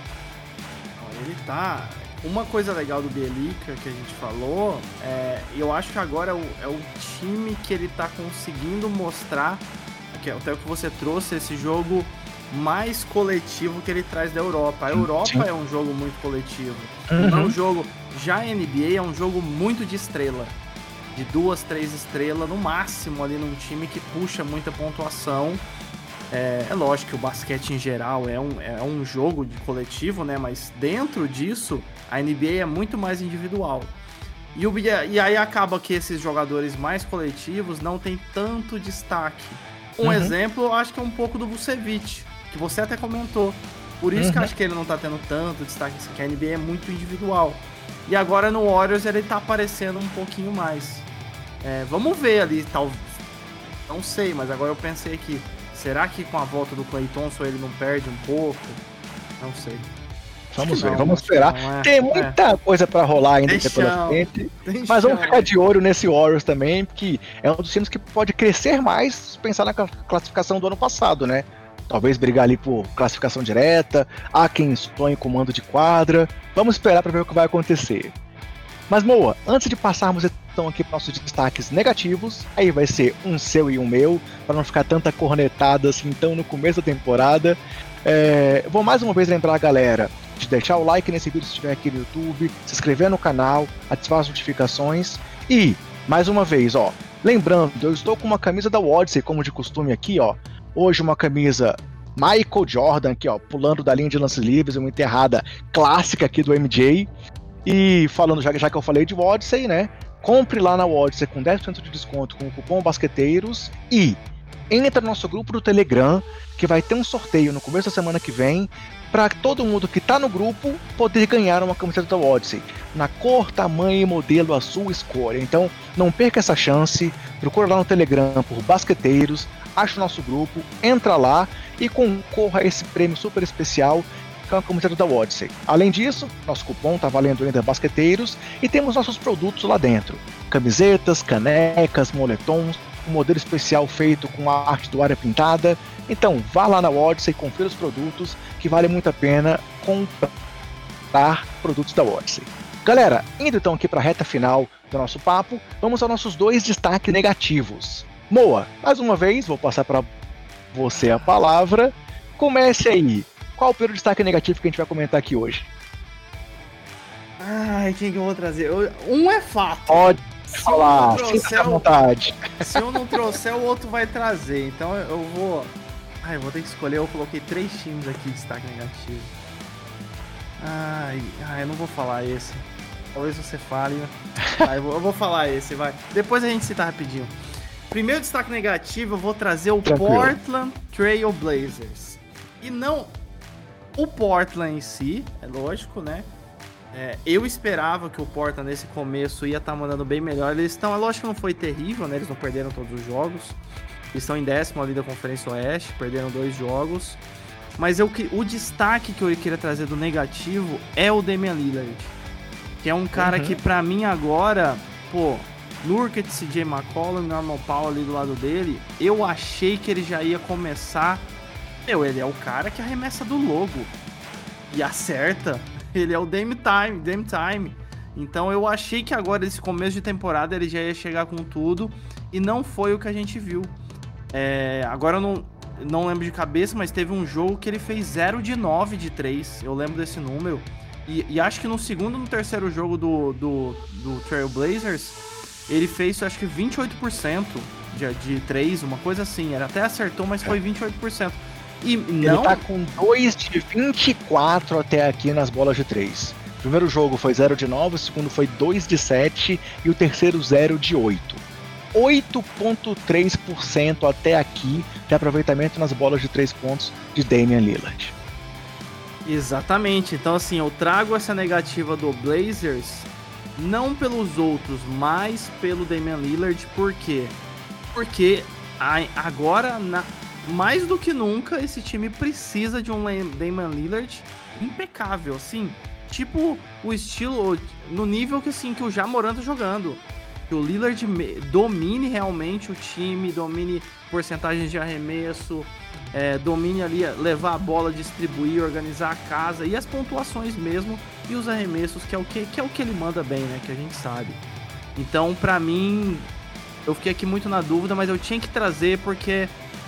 Ele tá... Uma coisa legal do Bjelica que a gente falou, é, eu acho que agora é o, é o time que ele tá conseguindo mostrar, que é até o que você trouxe, esse jogo mais coletivo que ele traz da Europa. A Europa Sim. é um jogo muito coletivo. Uhum. Não é um jogo... Já a N B A é um jogo muito de estrela. De duas, três estrelas, no máximo ali num time que puxa muita pontuação. É, é lógico que o basquete em geral é um, é um jogo de coletivo, né? Mas dentro disso, a N B A é muito mais individual. E, o, e aí acaba que esses jogadores mais coletivos não tem tanto destaque. Um uhum. exemplo, eu acho que é um pouco do Vucevic, que você até comentou. Por isso uhum. que eu acho que ele não tá tendo tanto destaque, que a N B A é muito individual. E agora no Warriors ele tá aparecendo um pouquinho mais. É, vamos ver ali, tal. Não sei, mas agora eu pensei aqui. Será que com a volta do Klay Thompson ele não perde um pouco? Não sei. Vamos ver, não, vamos esperar. Não, é, Tem muita é. coisa pra rolar ainda pela frente. Mas chão. Vamos ficar de olho nesse Warriors também, porque é um dos times que pode crescer mais, pensar na classificação do ano passado, né? Talvez brigar ali por classificação direta, há quem sonhe com mando de quadra. Vamos esperar pra ver o que vai acontecer. Mas, Moa, antes de passarmos então aqui para nossos destaques negativos, aí vai ser um seu e um meu, para não ficar tanta cornetada assim então no começo da temporada. É, vou mais uma vez lembrar a galera de deixar o like nesse vídeo se estiver aqui no YouTube, se inscrever no canal, ativar as notificações e, mais uma vez, ó, lembrando, eu estou com uma camisa da Odyssey, como de costume aqui, ó, hoje uma camisa Michael Jordan aqui, ó, pulando da linha de lances livres, uma enterrada clássica aqui do M J. E falando, já, já que eu falei de Odyssey, né? Compre lá na Odyssey com dez por cento de desconto com o cupom Basqueteiros e entra no nosso grupo do Telegram, que vai ter um sorteio no começo da semana que vem, para todo mundo que tá no grupo poder ganhar uma camiseta da Odyssey, na cor, tamanho e modelo a sua escolha. Então não perca essa chance, procura lá no Telegram por Basqueteiros, acha o nosso grupo, entra lá e concorra a esse prêmio super especial com a camiseta da Odyssey. Além disso, nosso cupom tá valendo ainda Basqueteiros e temos nossos produtos lá dentro. Camisetas, canecas, moletons, um modelo especial feito com a arte do área pintada. Então vá lá na Odyssey e confira os produtos que vale muito a pena comprar produtos da Odyssey. Galera, indo então aqui para a reta final do nosso papo, vamos aos nossos dois destaques negativos. Moa, mais uma vez, vou passar para você a palavra. Comece aí. Qual o primeiro destaque negativo que a gente vai comentar aqui hoje? Ai, quem que eu vou trazer? Eu, um é fato. Pode falar, sinta à vontade. Se eu não trouxer, o outro vai trazer. Então eu vou... Ai, eu vou ter que escolher. Eu coloquei três times aqui de destaque negativo. Ai, ai, eu não vou falar esse. Talvez você fale. Ai, eu, vou, eu vou falar esse, vai. Depois a gente cita rapidinho. Primeiro destaque negativo, eu vou trazer o Tranquilo. Portland Trail Blazers. E não... O Portland em si, é lógico, né? É, eu esperava que o Portland nesse começo ia estar tá mandando bem melhor. Eles estão, é lógico que não foi terrível, né? Eles não perderam todos os jogos. Eles estão em décimo ali da Conferência Oeste, perderam dois jogos. Mas eu, o destaque que eu queria trazer do negativo é o Damian Lillard. Que é um cara uhum. que pra mim agora, pô, Nurkic, C J McCollum, Norman Powell ali do lado dele, eu achei que ele já ia começar... Meu, ele é o cara que arremessa do logo e acerta. Ele é o Dame Time, Dame Time. Então eu achei que agora, esse começo de temporada, ele já ia chegar com tudo e não foi o que a gente viu. É, agora eu não, não lembro de cabeça, mas teve um jogo que ele fez zero de nove de três. Eu lembro desse número. E, e acho que no segundo e no terceiro jogo do, do, do Trailblazers, ele fez, acho que vinte e oito por cento de, de três, uma coisa assim. Ele até acertou, mas foi vinte e oito por cento. E não... Ele tá com dois de vinte e quatro até aqui nas bolas de três. O primeiro jogo foi zero de nove, o segundo foi dois de sete e o terceiro zero de oito. oito vírgula três por cento até aqui de aproveitamento nas bolas de três pontos de Damian Lillard. Exatamente. Então, assim, eu trago essa negativa do Blazers não pelos outros, mas pelo Damian Lillard. Por quê? Porque agora, na, mais do que nunca, esse time precisa de um Damian Lillard impecável, assim, tipo o estilo, no nível que, assim, que o Ja Morant tá jogando. Que o Lillard domine realmente o time, domine porcentagens de arremesso, é, domine ali, levar a bola, distribuir, organizar a casa e as pontuações mesmo e os arremessos, que é o que, que é o que ele manda bem, né? Que a gente sabe. Então, pra mim, eu fiquei aqui muito na dúvida, mas eu tinha que trazer porque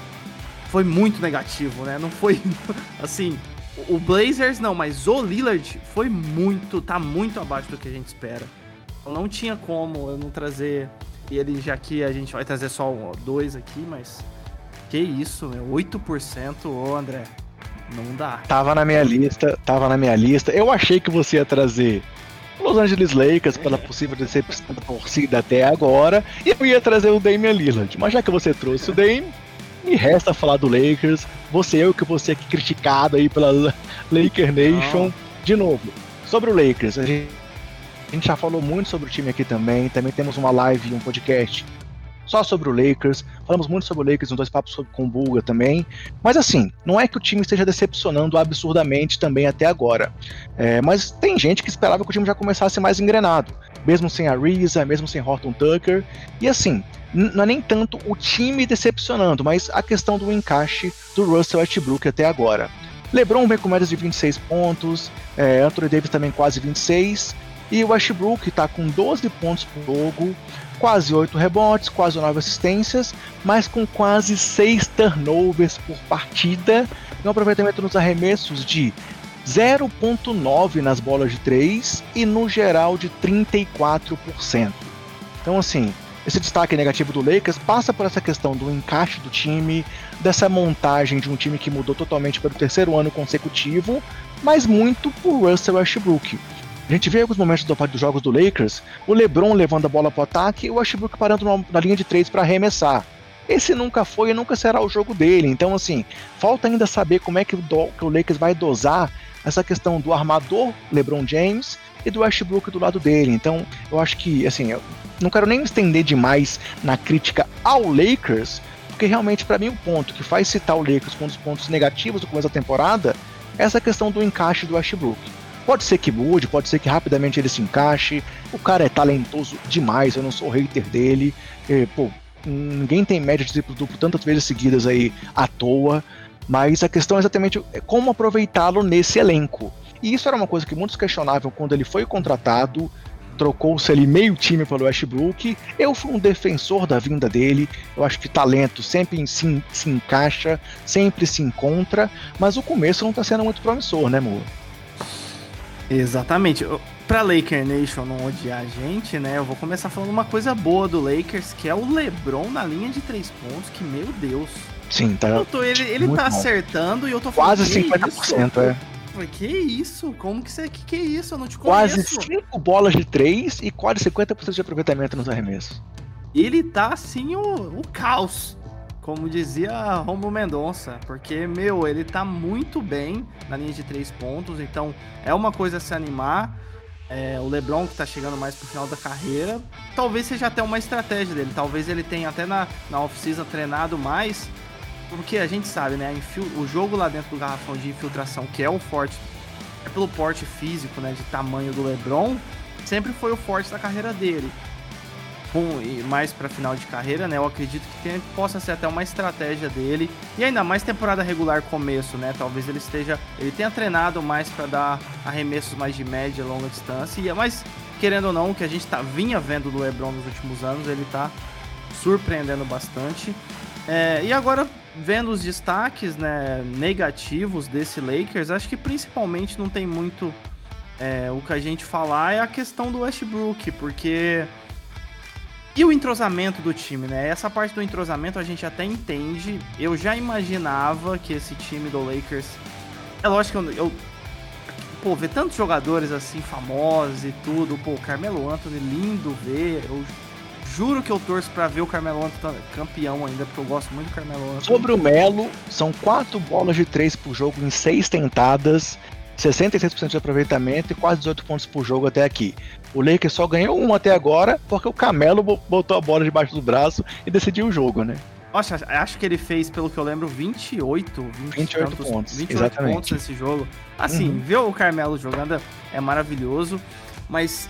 foi muito negativo, né? Não foi assim. O Blazers não, mas o Lillard foi muito, tá muito abaixo do que a gente espera. Não tinha como eu não trazer ele, já que a gente vai trazer só dois aqui, mas que isso, meu, oito por cento, ô André, não dá. Tava na minha lista, tava na minha lista. Eu achei que você ia trazer Los Angeles Lakers pela possível decepção da torcida até agora, e eu ia trazer o Damian Lillard, mas já que você trouxe o Dame, me resta falar do Lakers. Você eu que você aqui criticado aí pela Laker Nation. Não. De novo, sobre o Lakers, a gente A gente já falou muito sobre o time aqui também. Também temos uma live e um podcast só sobre o Lakers. Falamos muito sobre o Lakers, um dois papos sobre, com o Bulga também. Mas assim, não é que o time esteja decepcionando absurdamente também até agora. É, mas tem gente que esperava que o time já começasse mais engrenado. Mesmo sem a Ariza, mesmo sem Horton Tucker. E assim, n- não é nem tanto o time decepcionando, mas a questão do encaixe do Russell Westbrook até agora. LeBron vem com médias de vinte e seis pontos, é, Anthony Davis também quase vinte e seis. E o Westbrook está com doze pontos por jogo, quase oito rebotes, quase nove assistências, mas com quase seis turnovers por partida, e um aproveitamento nos arremessos de zero vírgula nove nas bolas de três e no geral de trinta e quatro por cento. Então assim, esse destaque negativo do Lakers passa por essa questão do encaixe do time, dessa montagem de um time que mudou totalmente pelo terceiro ano consecutivo, mas muito por Russell Westbrook. A gente vê alguns momentos do, dos jogos do Lakers, o LeBron levando a bola para o ataque e o Westbrook parando na, na linha de três para arremessar. Esse nunca foi e nunca será o jogo dele. Então, assim, falta ainda saber como é que o, do, que o Lakers vai dosar essa questão do armador LeBron James e do Westbrook do lado dele. Então, eu acho que, assim, eu não quero nem estender demais na crítica ao Lakers, porque realmente, para mim, o ponto que faz citar o Lakers como um dos pontos negativos do começo da temporada é essa questão do encaixe do Westbrook. Pode ser que mude, pode ser que rapidamente ele se encaixe. O cara é talentoso demais, eu não sou hater dele. E, pô, ninguém tem média de triplo duplo tantas vezes seguidas aí à toa. Mas a questão é exatamente como aproveitá-lo nesse elenco. E isso era uma coisa que muitos questionavam quando ele foi contratado. Trocou-se ali meio time pelo Westbrook. Eu fui um defensor da vinda dele. Eu acho que talento sempre se, se encaixa, sempre se encontra. Mas o começo não está sendo muito promissor, né, Muro? Exatamente. Pra Laker Nation não odiar a gente, né? Eu vou começar falando uma coisa boa do Lakers, que é o LeBron na linha de três pontos, que, meu Deus. Sim, tá. Eu tô, ele ele tá bom. Acertando e eu tô falando. Quase cinquenta por cento, é. Que isso? Como que você. Que que é isso? Eu não te conheço. Quase cinco bolas de três e quase cinquenta por cento de aproveitamento nos arremessos. Ele tá assim o, o caos. Como dizia Romulo Mendonça, porque, meu, ele tá muito bem na linha de três pontos, então é uma coisa a se animar. É, o LeBron, que tá chegando mais pro final da carreira, talvez seja até uma estratégia dele, talvez ele tenha até na, na off-season treinado mais, porque a gente sabe, né, o jogo lá dentro do garrafão de infiltração, que é o forte, é pelo porte físico, né, de tamanho do LeBron, sempre foi o forte da carreira dele. Com, e mais para final de carreira, né? Eu acredito que tem, possa ser até uma estratégia dele. E ainda mais temporada regular começo, né? Talvez ele esteja, ele tenha treinado mais para dar arremessos mais de média e longa distância. E, mas querendo ou não, o que a gente tá vinha vendo do LeBron nos últimos anos, ele tá surpreendendo bastante. É, e agora, vendo os destaques, né, negativos desse Lakers, acho que principalmente não tem muito é, o que a gente falar é a questão do Westbrook, porque... E o entrosamento do time, né? Essa parte do entrosamento a gente até entende. Eu já imaginava que esse time do Lakers... É lógico que eu... eu pô, ver tantos jogadores assim, famosos e tudo. Pô, o Carmelo Anthony, lindo ver. Eu juro que eu torço pra ver o Carmelo Anthony campeão ainda, porque eu gosto muito do Carmelo Anthony. Sobre o Melo, são quatro bolas de três por jogo em seis tentadas, sessenta e seis por cento de aproveitamento e quase dezoito pontos por jogo até aqui. O Lakers só ganhou um até agora porque o Carmelo botou a bola debaixo do braço e decidiu o jogo, né? Nossa, acho que ele fez, pelo que eu lembro, vinte e oito, vinte vinte e oito tantos, pontos. vinte e oito exatamente. pontos nesse jogo. Assim, uhum. ver o Carmelo jogando é maravilhoso, mas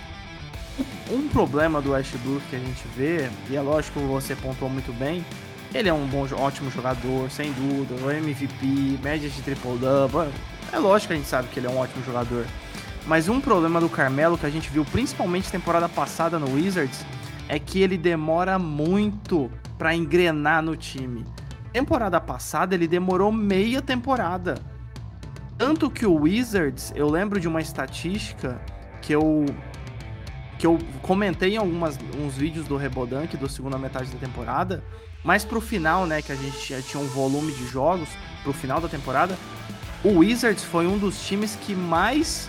um problema do Westbrook que a gente vê, e é lógico que você pontuou muito bem, ele é um bom, ótimo jogador, sem dúvida, o M V P, média de triple-double, é lógico que a gente sabe que ele é um ótimo jogador. Mas um problema do Carmelo que a gente viu principalmente temporada passada no Wizards é que ele demora muito pra engrenar no time. Temporada passada ele demorou meia temporada. Tanto que o Wizards, eu lembro de uma estatística que eu que eu comentei em algumas, uns vídeos do Rebodunk da segunda metade da temporada, mas pro final, né, que a gente já tinha um volume de jogos pro final da temporada, o Wizards foi um dos times que mais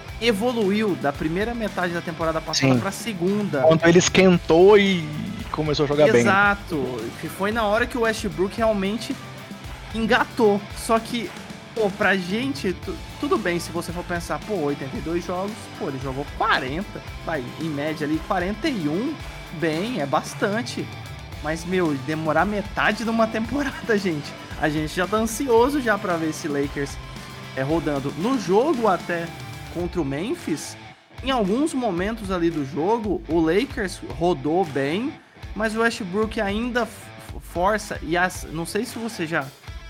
evoluiu da primeira metade da temporada passada para a segunda. Quando ele esquentou e começou a jogar Exato. bem. Exato. Que foi na hora que o Westbrook realmente engatou. Só que, pô, pra gente, tu, tudo bem se você for pensar, pô, oitenta e dois jogos, pô, ele jogou quarenta, vai, em média ali, quarenta e um, bem, é bastante. Mas, meu, demorar metade de uma temporada, gente. A gente já tá ansioso já pra ver esse Lakers é, rodando. No jogo até contra o Memphis, em alguns momentos ali do jogo, o Lakers rodou bem, mas o Westbrook ainda força, e as, não sei se você já,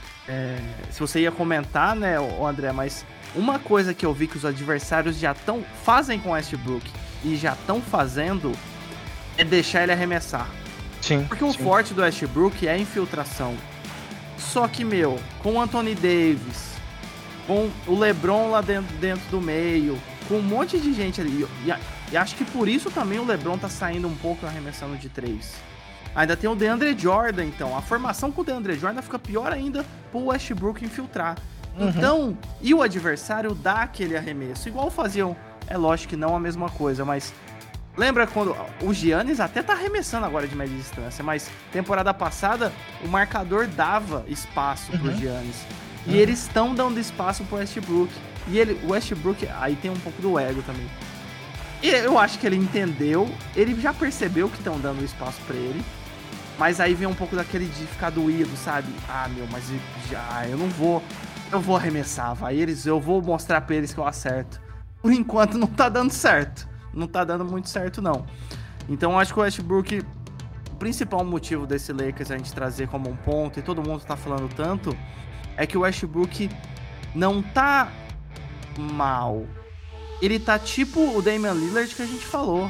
é, se você ia comentar, né, o André, mas uma coisa que eu vi que os adversários já estão, fazem com o Westbrook, e já estão fazendo, é deixar ele arremessar. Sim. Porque o sim. forte do Westbrook é a infiltração. Só que, meu, com o Anthony Davis, com o LeBron lá dentro, dentro do meio, com um monte de gente ali. E, e acho que por isso também o LeBron tá saindo um pouco arremessando de três. Ainda tem o DeAndre Jordan, então. A formação com o DeAndre Jordan fica pior ainda pro Westbrook infiltrar. Uhum. Então, e o adversário dá aquele arremesso. Igual faziam, é lógico que não a mesma coisa, mas... Lembra quando o Giannis até tá arremessando agora de média distância, mas temporada passada o marcador dava espaço pro uhum. Giannis. E uhum. eles estão dando espaço pro Westbrook. E ele, o Westbrook, aí tem um pouco do ego também. E eu acho que ele entendeu, ele já percebeu que estão dando espaço pra ele. Mas aí vem um pouco daquele de ficar doído, sabe? Ah, meu, mas já, eu não vou, eu vou arremessar, vai. Eles, eu vou mostrar pra eles que eu acerto. Por enquanto não tá dando certo. Não tá dando muito certo, não. Então, eu acho que o Westbrook, o principal motivo desse Lakers a gente trazer como um ponto, e todo mundo tá falando tanto, é que o Westbrook não tá mal. Ele tá tipo o Damian Lillard que a gente falou.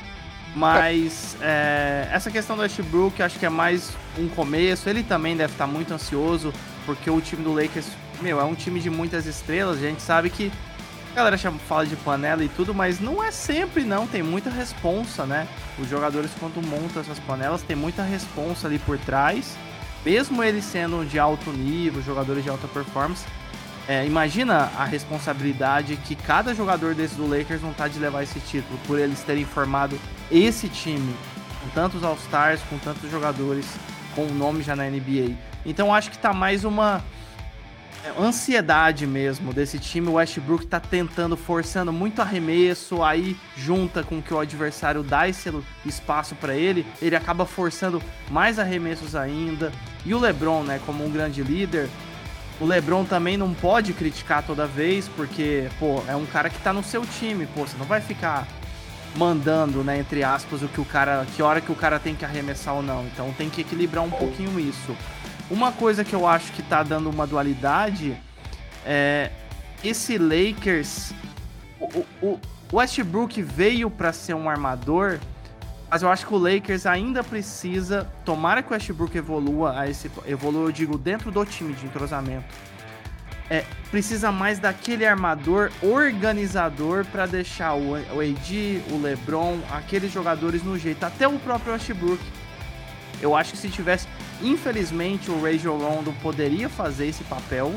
Mas é, essa questão do Westbrook, acho que é mais um começo. Ele também deve estar muito ansioso, porque o time do Lakers, meu, é um time de muitas estrelas. A gente sabe que a galera chama, fala de panela e tudo, mas não é sempre não, tem muita responsa, né? Os jogadores, quando montam essas panelas, tem muita responsa ali por trás. Mesmo eles sendo de alto nível, jogadores de alta performance, é, imagina a responsabilidade que cada jogador desse do Lakers não tá de levar esse título, por eles terem formado esse time, com tantos All-Stars, com tantos jogadores, com o nome já na N B A. Então acho que tá mais uma... ansiedade mesmo desse time. O Westbrook tá tentando, forçando muito arremesso, aí junta com que o adversário dá esse espaço pra ele, ele acaba forçando mais arremessos ainda. E o LeBron, né, como um grande líder, o LeBron também não pode criticar toda vez, porque, pô, é um cara que tá no seu time, pô, você não vai ficar mandando, né, entre aspas, o que o cara, que hora que o cara tem que arremessar ou não. Então tem que equilibrar um pouquinho isso. Uma coisa que eu acho que tá dando uma dualidade é esse Lakers, o, o, o Westbrook veio para ser um armador, Mas eu acho que o Lakers ainda precisa, tomara que o Westbrook evolua, a esse, evolua, eu digo, dentro do time de entrosamento. É, precisa mais daquele armador organizador para deixar o, o A D, o LeBron, aqueles jogadores no jeito, até o próprio Westbrook. Eu acho que se tivesse, infelizmente, o Rajon Rondo poderia fazer esse papel,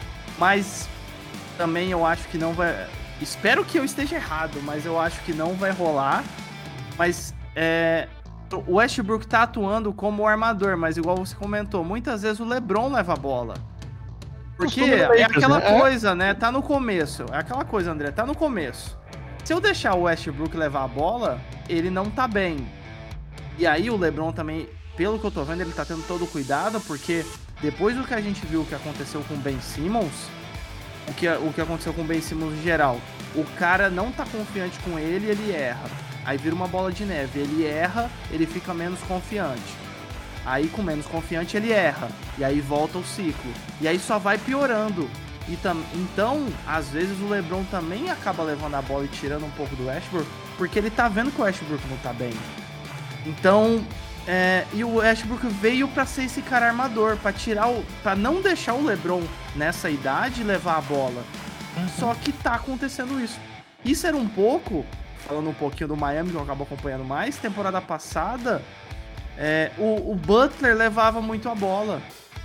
mas também eu acho que não vai... Espero que eu esteja errado, mas eu acho que não vai rolar. Mas é, o Westbrook tá atuando como armador, mas igual você comentou, muitas vezes o LeBron leva a bola. Porque é aquela coisa, né? Tá no começo. É aquela coisa, André, tá no começo. Se eu deixar o Westbrook levar a bola, ele não tá bem. E aí o LeBron também, pelo que eu tô vendo, ele tá tendo todo o cuidado, porque depois do que a gente viu que aconteceu com o Ben Simmons, o que, o que aconteceu com o Ben Simmons em geral, o cara não tá confiante com ele e ele erra. Aí vira uma bola de neve. Ele erra, ele fica menos confiante. Aí com menos confiante ele erra. E aí volta o ciclo. E aí só vai piorando. E tam... Então, às vezes o LeBron também acaba levando a bola e tirando um pouco do Westbrook, porque ele tá vendo que o Westbrook não tá bem. Então, é... e o Westbrook veio pra ser esse cara armador, pra tirar o... pra não deixar o LeBron nessa idade levar a bola. Uhum. Só que tá acontecendo isso. Isso era um pouco, falando um pouquinho do Miami, que eu acabo acompanhando mais, temporada passada, é, o, o Butler levava muito a bola.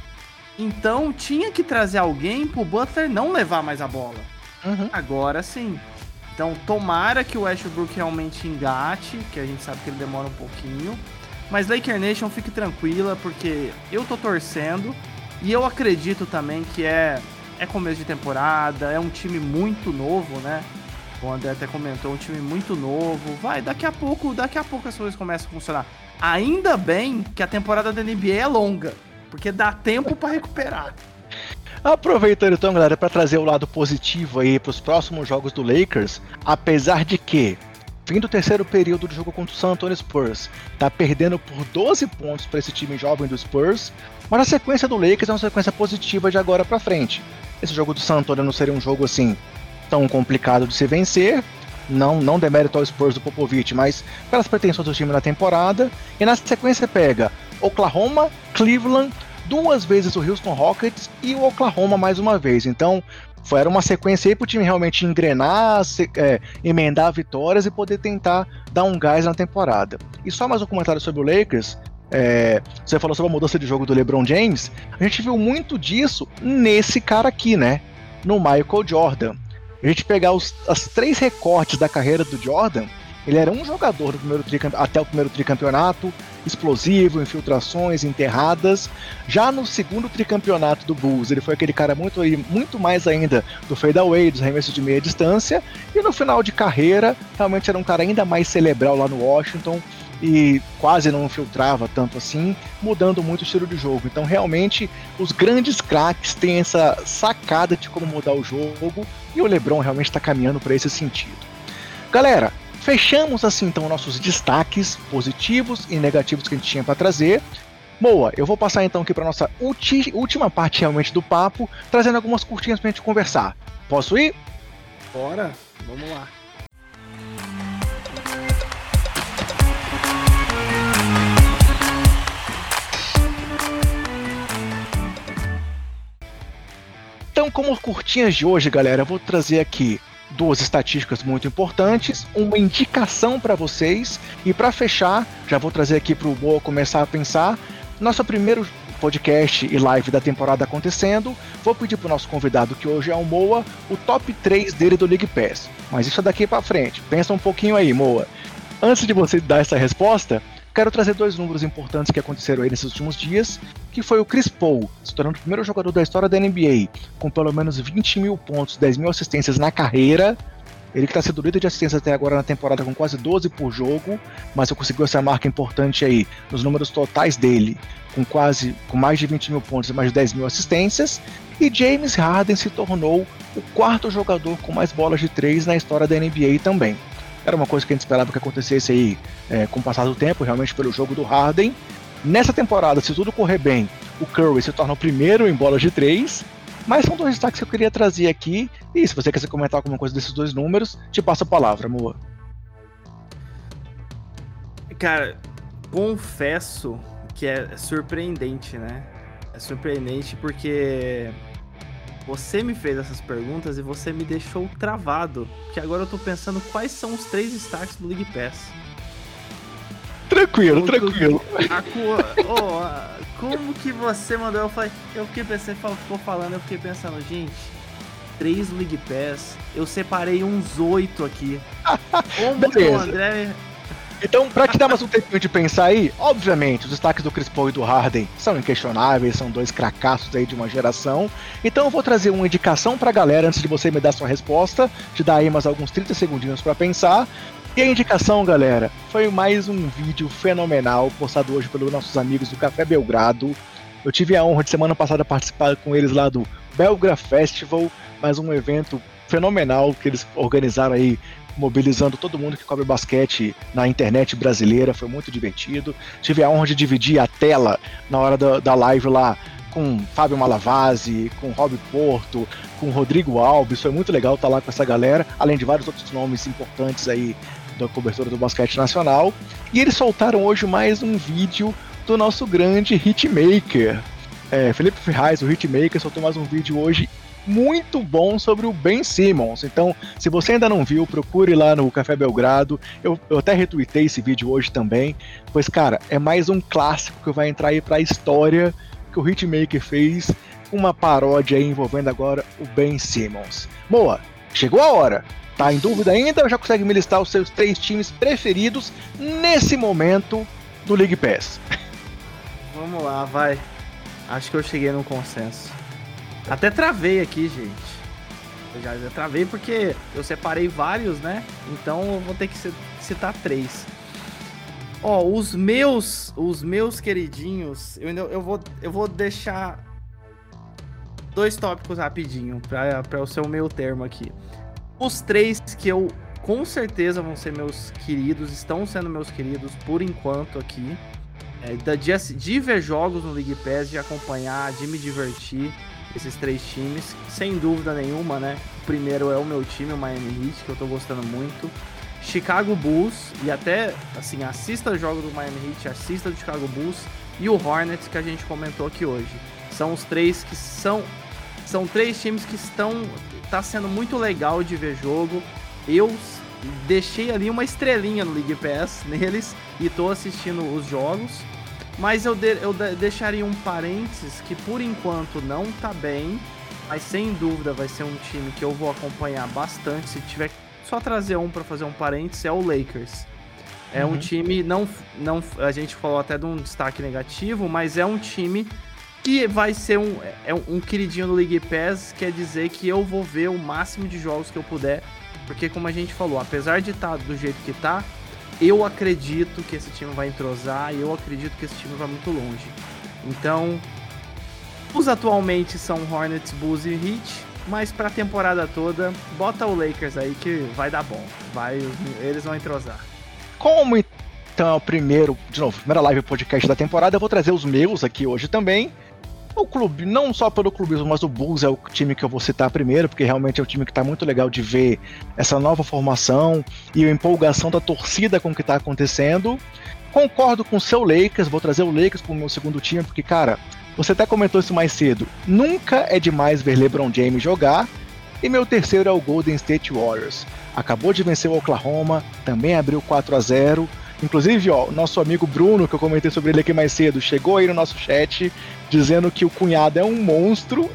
Então tinha que trazer alguém pro Butler não levar mais a bola. Uhum. Agora sim. Então tomara que o Westbrook realmente engate, que a gente sabe que ele demora um pouquinho. Mas Laker Nation, fique tranquila, porque eu tô torcendo e eu acredito também que é, é começo de temporada, é um time muito novo, né? O André até comentou, um time muito novo. Vai, daqui a pouco, daqui a pouco as coisas começam a funcionar. Ainda bem que a temporada da N B A é longa, porque dá tempo para recuperar. Aproveitando então, galera, para trazer o lado positivo aí para os próximos jogos do Lakers, apesar de que, fim do terceiro período do jogo contra o San Antonio Spurs, tá perdendo por doze pontos para esse time jovem do Spurs, mas a sequência do Lakers é uma sequência positiva de agora para frente. Esse jogo do San Antonio não seria um jogo assim tão complicado de se vencer, não, não demérito ao Spurs do Popovich, mas pelas pretensões do time na temporada, e na sequência pega Oklahoma, Cleveland, duas vezes o Houston Rockets e o Oklahoma mais uma vez. Então foi, era uma sequência aí para o time realmente engrenar, se, é, emendar vitórias e poder tentar dar um gás na temporada. E só mais um comentário sobre o Lakers. É, você falou sobre a mudança de jogo do LeBron James. A gente viu muito disso nesse cara aqui, né? No Michael Jordan. A gente pegar os as três recortes da carreira do Jordan, ele era um jogador do primeiro tricampe... até o primeiro tricampeonato, explosivo, infiltrações, enterradas. Já no segundo tricampeonato do Bulls, ele foi aquele cara muito, muito mais ainda do fadeaway, dos arremessos de meia distância. E no final de carreira, realmente era um cara ainda mais cerebral lá no Washington e quase não infiltrava tanto assim, mudando muito o estilo de jogo. Então realmente os grandes craques têm essa sacada de como mudar o jogo, e o LeBron realmente está caminhando para esse sentido. Galera, fechamos assim então nossos destaques positivos e negativos que a gente tinha para trazer. Moa, eu vou passar então aqui para nossa ulti- última parte realmente do papo, trazendo algumas curtinhas para a gente conversar. Posso ir? Bora, vamos lá. Então, como curtinhas de hoje, galera, eu vou trazer aqui duas estatísticas muito importantes, uma indicação para vocês, e para fechar, já vou trazer aqui para o Moa começar a pensar, nosso primeiro podcast e live da temporada acontecendo. Vou pedir para o nosso convidado, que hoje é o Moa, o top três dele do League Pass, mas isso é daqui para frente, pensa um pouquinho aí, Moa. Antes de você dar essa resposta, quero trazer dois números importantes que aconteceram aí nesses últimos dias, que foi o Chris Paul, se tornando o primeiro jogador da história da N B A, com pelo menos vinte mil pontos, dez mil assistências na carreira. Ele que está sendo líder de assistências até agora na temporada com quase doze por jogo, mas conseguiu essa marca importante aí nos números totais dele, com quase com mais de vinte mil pontos e mais de dez mil assistências. E James Harden se tornou o quarto jogador com mais bolas de três na história da N B A também. Era uma coisa que a gente esperava que acontecesse aí é, com o passar do tempo, realmente pelo jogo do Harden. Nessa temporada, se tudo correr bem, o Curry se torna o primeiro em bolas de três. Mas são dois destaques que eu queria trazer aqui. E se você quiser comentar alguma coisa desses dois números, te passo a palavra, Moa. Cara, confesso que é surpreendente, né? É surpreendente porque você me fez essas perguntas e você me deixou travado. Que agora eu tô pensando quais são os três destaques do League Pass. Tranquilo, como tranquilo. Que, a, oh, a, como que você mandou? Eu falei, eu fiquei pensando, ficou falando, eu fiquei pensando, gente, três League Pass, eu separei uns oito aqui. Como que o André... Então, pra te dar mais um tempinho de pensar aí, obviamente, os destaques do Chris Paul e do Harden são inquestionáveis, são dois cracassos aí de uma geração. Então eu vou trazer uma indicação pra galera antes de você me dar sua resposta, te dar aí mais alguns trinta segundinhos pra pensar. E a indicação, galera, foi mais um vídeo fenomenal postado hoje pelos nossos amigos do Café Belgrado. Eu tive a honra de semana passada participar com eles lá do Belgra Festival, mais um evento fenomenal que eles organizaram aí, mobilizando todo mundo que cobre basquete na internet brasileira, foi muito divertido. Tive a honra de dividir a tela na hora da, da live lá com Fábio Malavasi, com Rob Porto, com Rodrigo Alves, foi muito legal estar lá com essa galera, além de vários outros nomes importantes aí da cobertura do basquete nacional. E eles soltaram hoje mais um vídeo do nosso grande hitmaker. É, Felipe Ferraz, o hitmaker, soltou mais um vídeo hoje muito bom sobre o Ben Simmons. Então, se você ainda não viu, procure lá no Café Belgrado. Eu, eu até retuitei esse vídeo hoje também, pois, cara, é mais um clássico que vai entrar aí pra história que o Hitmaker fez, uma paródia aí envolvendo agora o Ben Simmons. Boa, chegou a hora. Tá em dúvida ainda ou já consegue me listar os seus três times preferidos nesse momento do League Pass? Vamos lá, vai. Acho que eu cheguei num consenso. Até travei aqui, gente. Eu já, já travei porque eu separei vários, né? Então eu vou ter que citar três. Ó, os meus, os meus queridinhos, eu, eu, vou, eu vou deixar dois tópicos rapidinho pra, pra ser o meu termo aqui. Os três que eu com certeza vão ser meus queridos, estão sendo meus queridos por enquanto aqui. É, de, de ver jogos no League Pass, de acompanhar, de me divertir. Esses três times, sem dúvida nenhuma, né? O primeiro é o meu time, o Miami Heat, que eu tô gostando muito. Chicago Bulls, e até, assim, assista o jogo do Miami Heat, assista do Chicago Bulls. E o Hornets, que a gente comentou aqui hoje. São os três que são... São três times que estão... Tá sendo muito legal de ver jogo. Eu deixei ali uma estrelinha no League Pass neles e tô assistindo os jogos. Mas eu, de, eu de, deixaria um parênteses que por enquanto não tá bem, mas sem dúvida vai ser um time que eu vou acompanhar bastante. Se tiver só trazer um para fazer um parênteses, é o Lakers. É uhum. um time, não, não, a gente falou até de um destaque negativo, mas é um time que vai ser um, é um queridinho do League Pass, quer dizer que eu vou ver o máximo de jogos que eu puder, porque como a gente falou, apesar de estar do jeito que tá, eu acredito que esse time vai entrosar e eu acredito que esse time vai muito longe. Então, os atualmente são Hornets, Bulls e Heat, mas pra temporada toda, bota o Lakers aí que vai dar bom. Vai, eles vão entrosar. Como então é o primeiro, de novo, primeira live podcast da temporada, eu vou trazer os meus aqui hoje também. O clube, não só pelo clubismo, mas o Bulls é o time que eu vou citar primeiro, porque realmente é um time que tá muito legal de ver essa nova formação e a empolgação da torcida com o que tá acontecendo. Concordo com o seu Lakers, vou trazer o Lakers como meu segundo time, porque, cara, você até comentou isso mais cedo, nunca é demais ver LeBron James jogar. E meu terceiro é o Golden State Warriors. Acabou de vencer o Oklahoma, também abriu quatro a zero. Inclusive, ó, o nosso amigo Bruno, que eu comentei sobre ele aqui mais cedo, chegou aí no nosso chat dizendo que o cunhado é um monstro.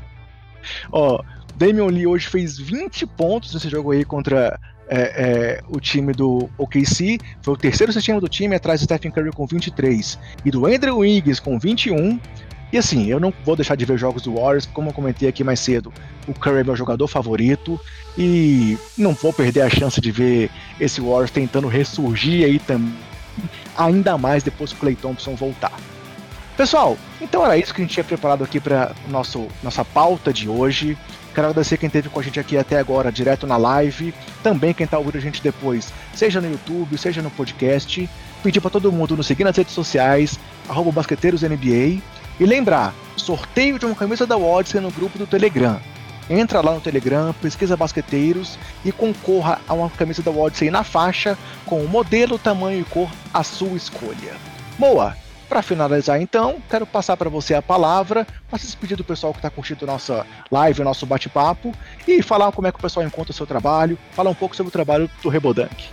Ó, Damian Lee hoje fez vinte pontos nesse jogo aí contra é, é, o time do O K C. Foi o terceiro sistema do time, atrás do Stephen Curry com vinte e três e do Andrew Wiggins com vinte e um. E assim, eu não vou deixar de ver jogos do Warriors, como eu comentei aqui mais cedo. O Curry é meu jogador favorito e não vou perder a chance de ver esse Warriors tentando ressurgir aí também, ainda mais depois que o Klay Thompson voltar. Pessoal, então era isso que a gente tinha preparado aqui para nossa pauta de hoje. Quero agradecer quem esteve com a gente aqui até agora, direto na live. Também quem está ouvindo a gente depois, seja no YouTube, seja no podcast. Pedir para todo mundo nos seguir nas redes sociais, arroba basqueteiros N B A. E lembrar, sorteio de uma camisa da Odyssey no grupo do Telegram. entra lá no Telegram, pesquisa Basqueteiros e concorra a uma camisa da Odyssey na faixa com o modelo, tamanho e cor à sua escolha. Boa! Para finalizar então, quero passar para você a palavra para se despedir do pessoal que está curtindo nossa live, nosso bate-papo e falar como é que o pessoal encontra o seu trabalho, falar um pouco sobre o trabalho do Rebodunk.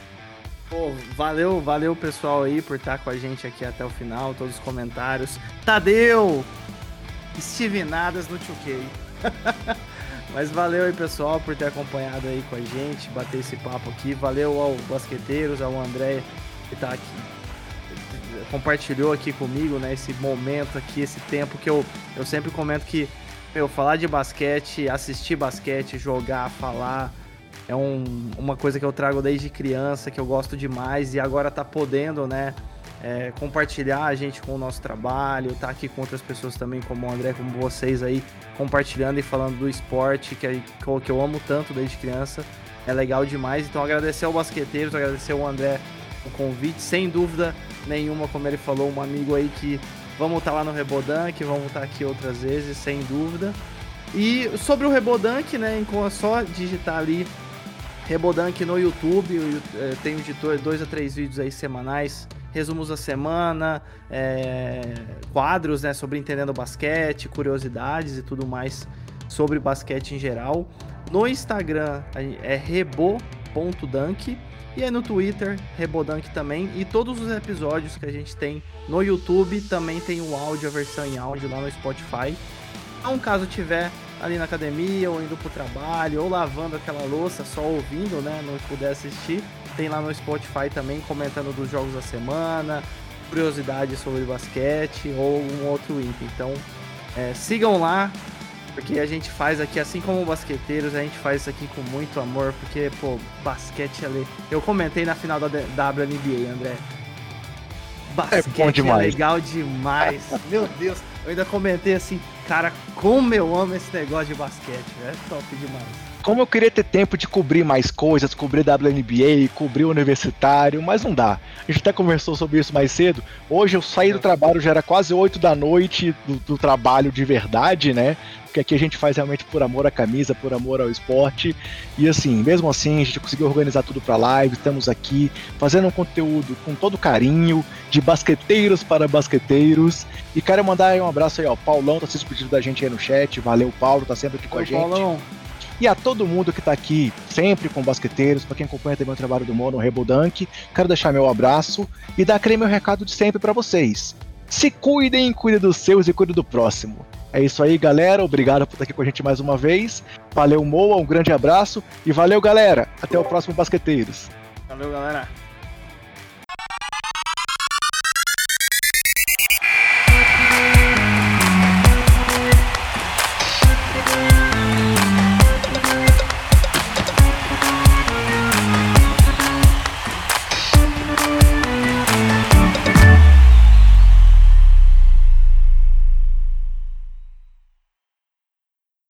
Pô, valeu, valeu pessoal aí por estar com a gente aqui até o final, todos os comentários. Tadeu! Estevinadas no dois K. Mas valeu aí pessoal por ter acompanhado aí com a gente, bater esse papo aqui. Valeu ao Basqueteiros, ao André que tá aqui, compartilhou aqui comigo, né, esse momento aqui, esse tempo que eu, eu sempre comento que, meu, falar de basquete, assistir basquete, jogar, falar, é um, uma coisa que eu trago desde criança, que eu gosto demais e agora tá podendo, né, é, compartilhar a gente com o nosso trabalho, tá aqui com outras pessoas também, como o André, como vocês aí, compartilhando e falando do esporte que, que eu amo tanto desde criança, é legal demais. Então agradecer ao Basqueteiros, agradecer ao André o convite, sem dúvida nenhuma, como ele falou, um amigo aí que vamos estar lá no Rebodunk, vamos estar aqui outras vezes, sem dúvida. E sobre o Rebodunk, né, é só digitar ali Rebodunk no YouTube, eu tenho editor, dois a três vídeos aí semanais, resumos da semana, é, quadros, né, sobre entendendo basquete, curiosidades e tudo mais sobre basquete em geral. No Instagram é rebo ponto dunk e aí no Twitter, Rebodunk também, e todos os episódios que a gente tem no YouTube também tem o áudio, a versão em áudio lá no Spotify. Então, caso tiver ali na academia, ou indo pro trabalho, ou lavando aquela louça, só ouvindo, né, não puder assistir, tem lá no Spotify também, comentando dos jogos da semana, curiosidades sobre basquete, ou um outro item. Então, é, sigam lá, porque a gente faz aqui, assim como Basqueteiros, a gente faz isso aqui com muito amor, porque, pô, basquete é legal. Eu comentei na final da W N B A, André. Basquete é, é legal demais. Meu Deus, eu ainda comentei assim, cara, como eu amo esse negócio de basquete, é top demais. Como eu queria ter tempo de cobrir mais coisas, cobrir W N B A, cobrir o universitário, mas não dá. A gente até conversou sobre isso mais cedo. Hoje eu saí do trabalho, já era quase oito da noite do, do trabalho de verdade, né? Porque aqui a gente faz realmente por amor à camisa, por amor ao esporte. E assim, mesmo assim, a gente conseguiu organizar tudo pra live. Estamos aqui fazendo um conteúdo com todo carinho, de basqueteiros para basqueteiros. E quero mandar aí um abraço aí, ó. Paulão tá se despedindo da gente aí no chat. Valeu, Paulo, tá sempre aqui com Oi, a gente. Paulão. E a todo mundo que tá aqui, sempre com basqueteiros, para quem acompanha também o trabalho do Mono, o Rebodunk, quero deixar meu abraço e dar aquele meu recado de sempre para vocês. Se cuidem, cuidem dos seus e cuidem do próximo. É isso aí, galera. Obrigado por estar aqui com a gente mais uma vez. Valeu, Moa, um grande abraço. E valeu, galera. Até o próximo Basqueteiros. Valeu, galera.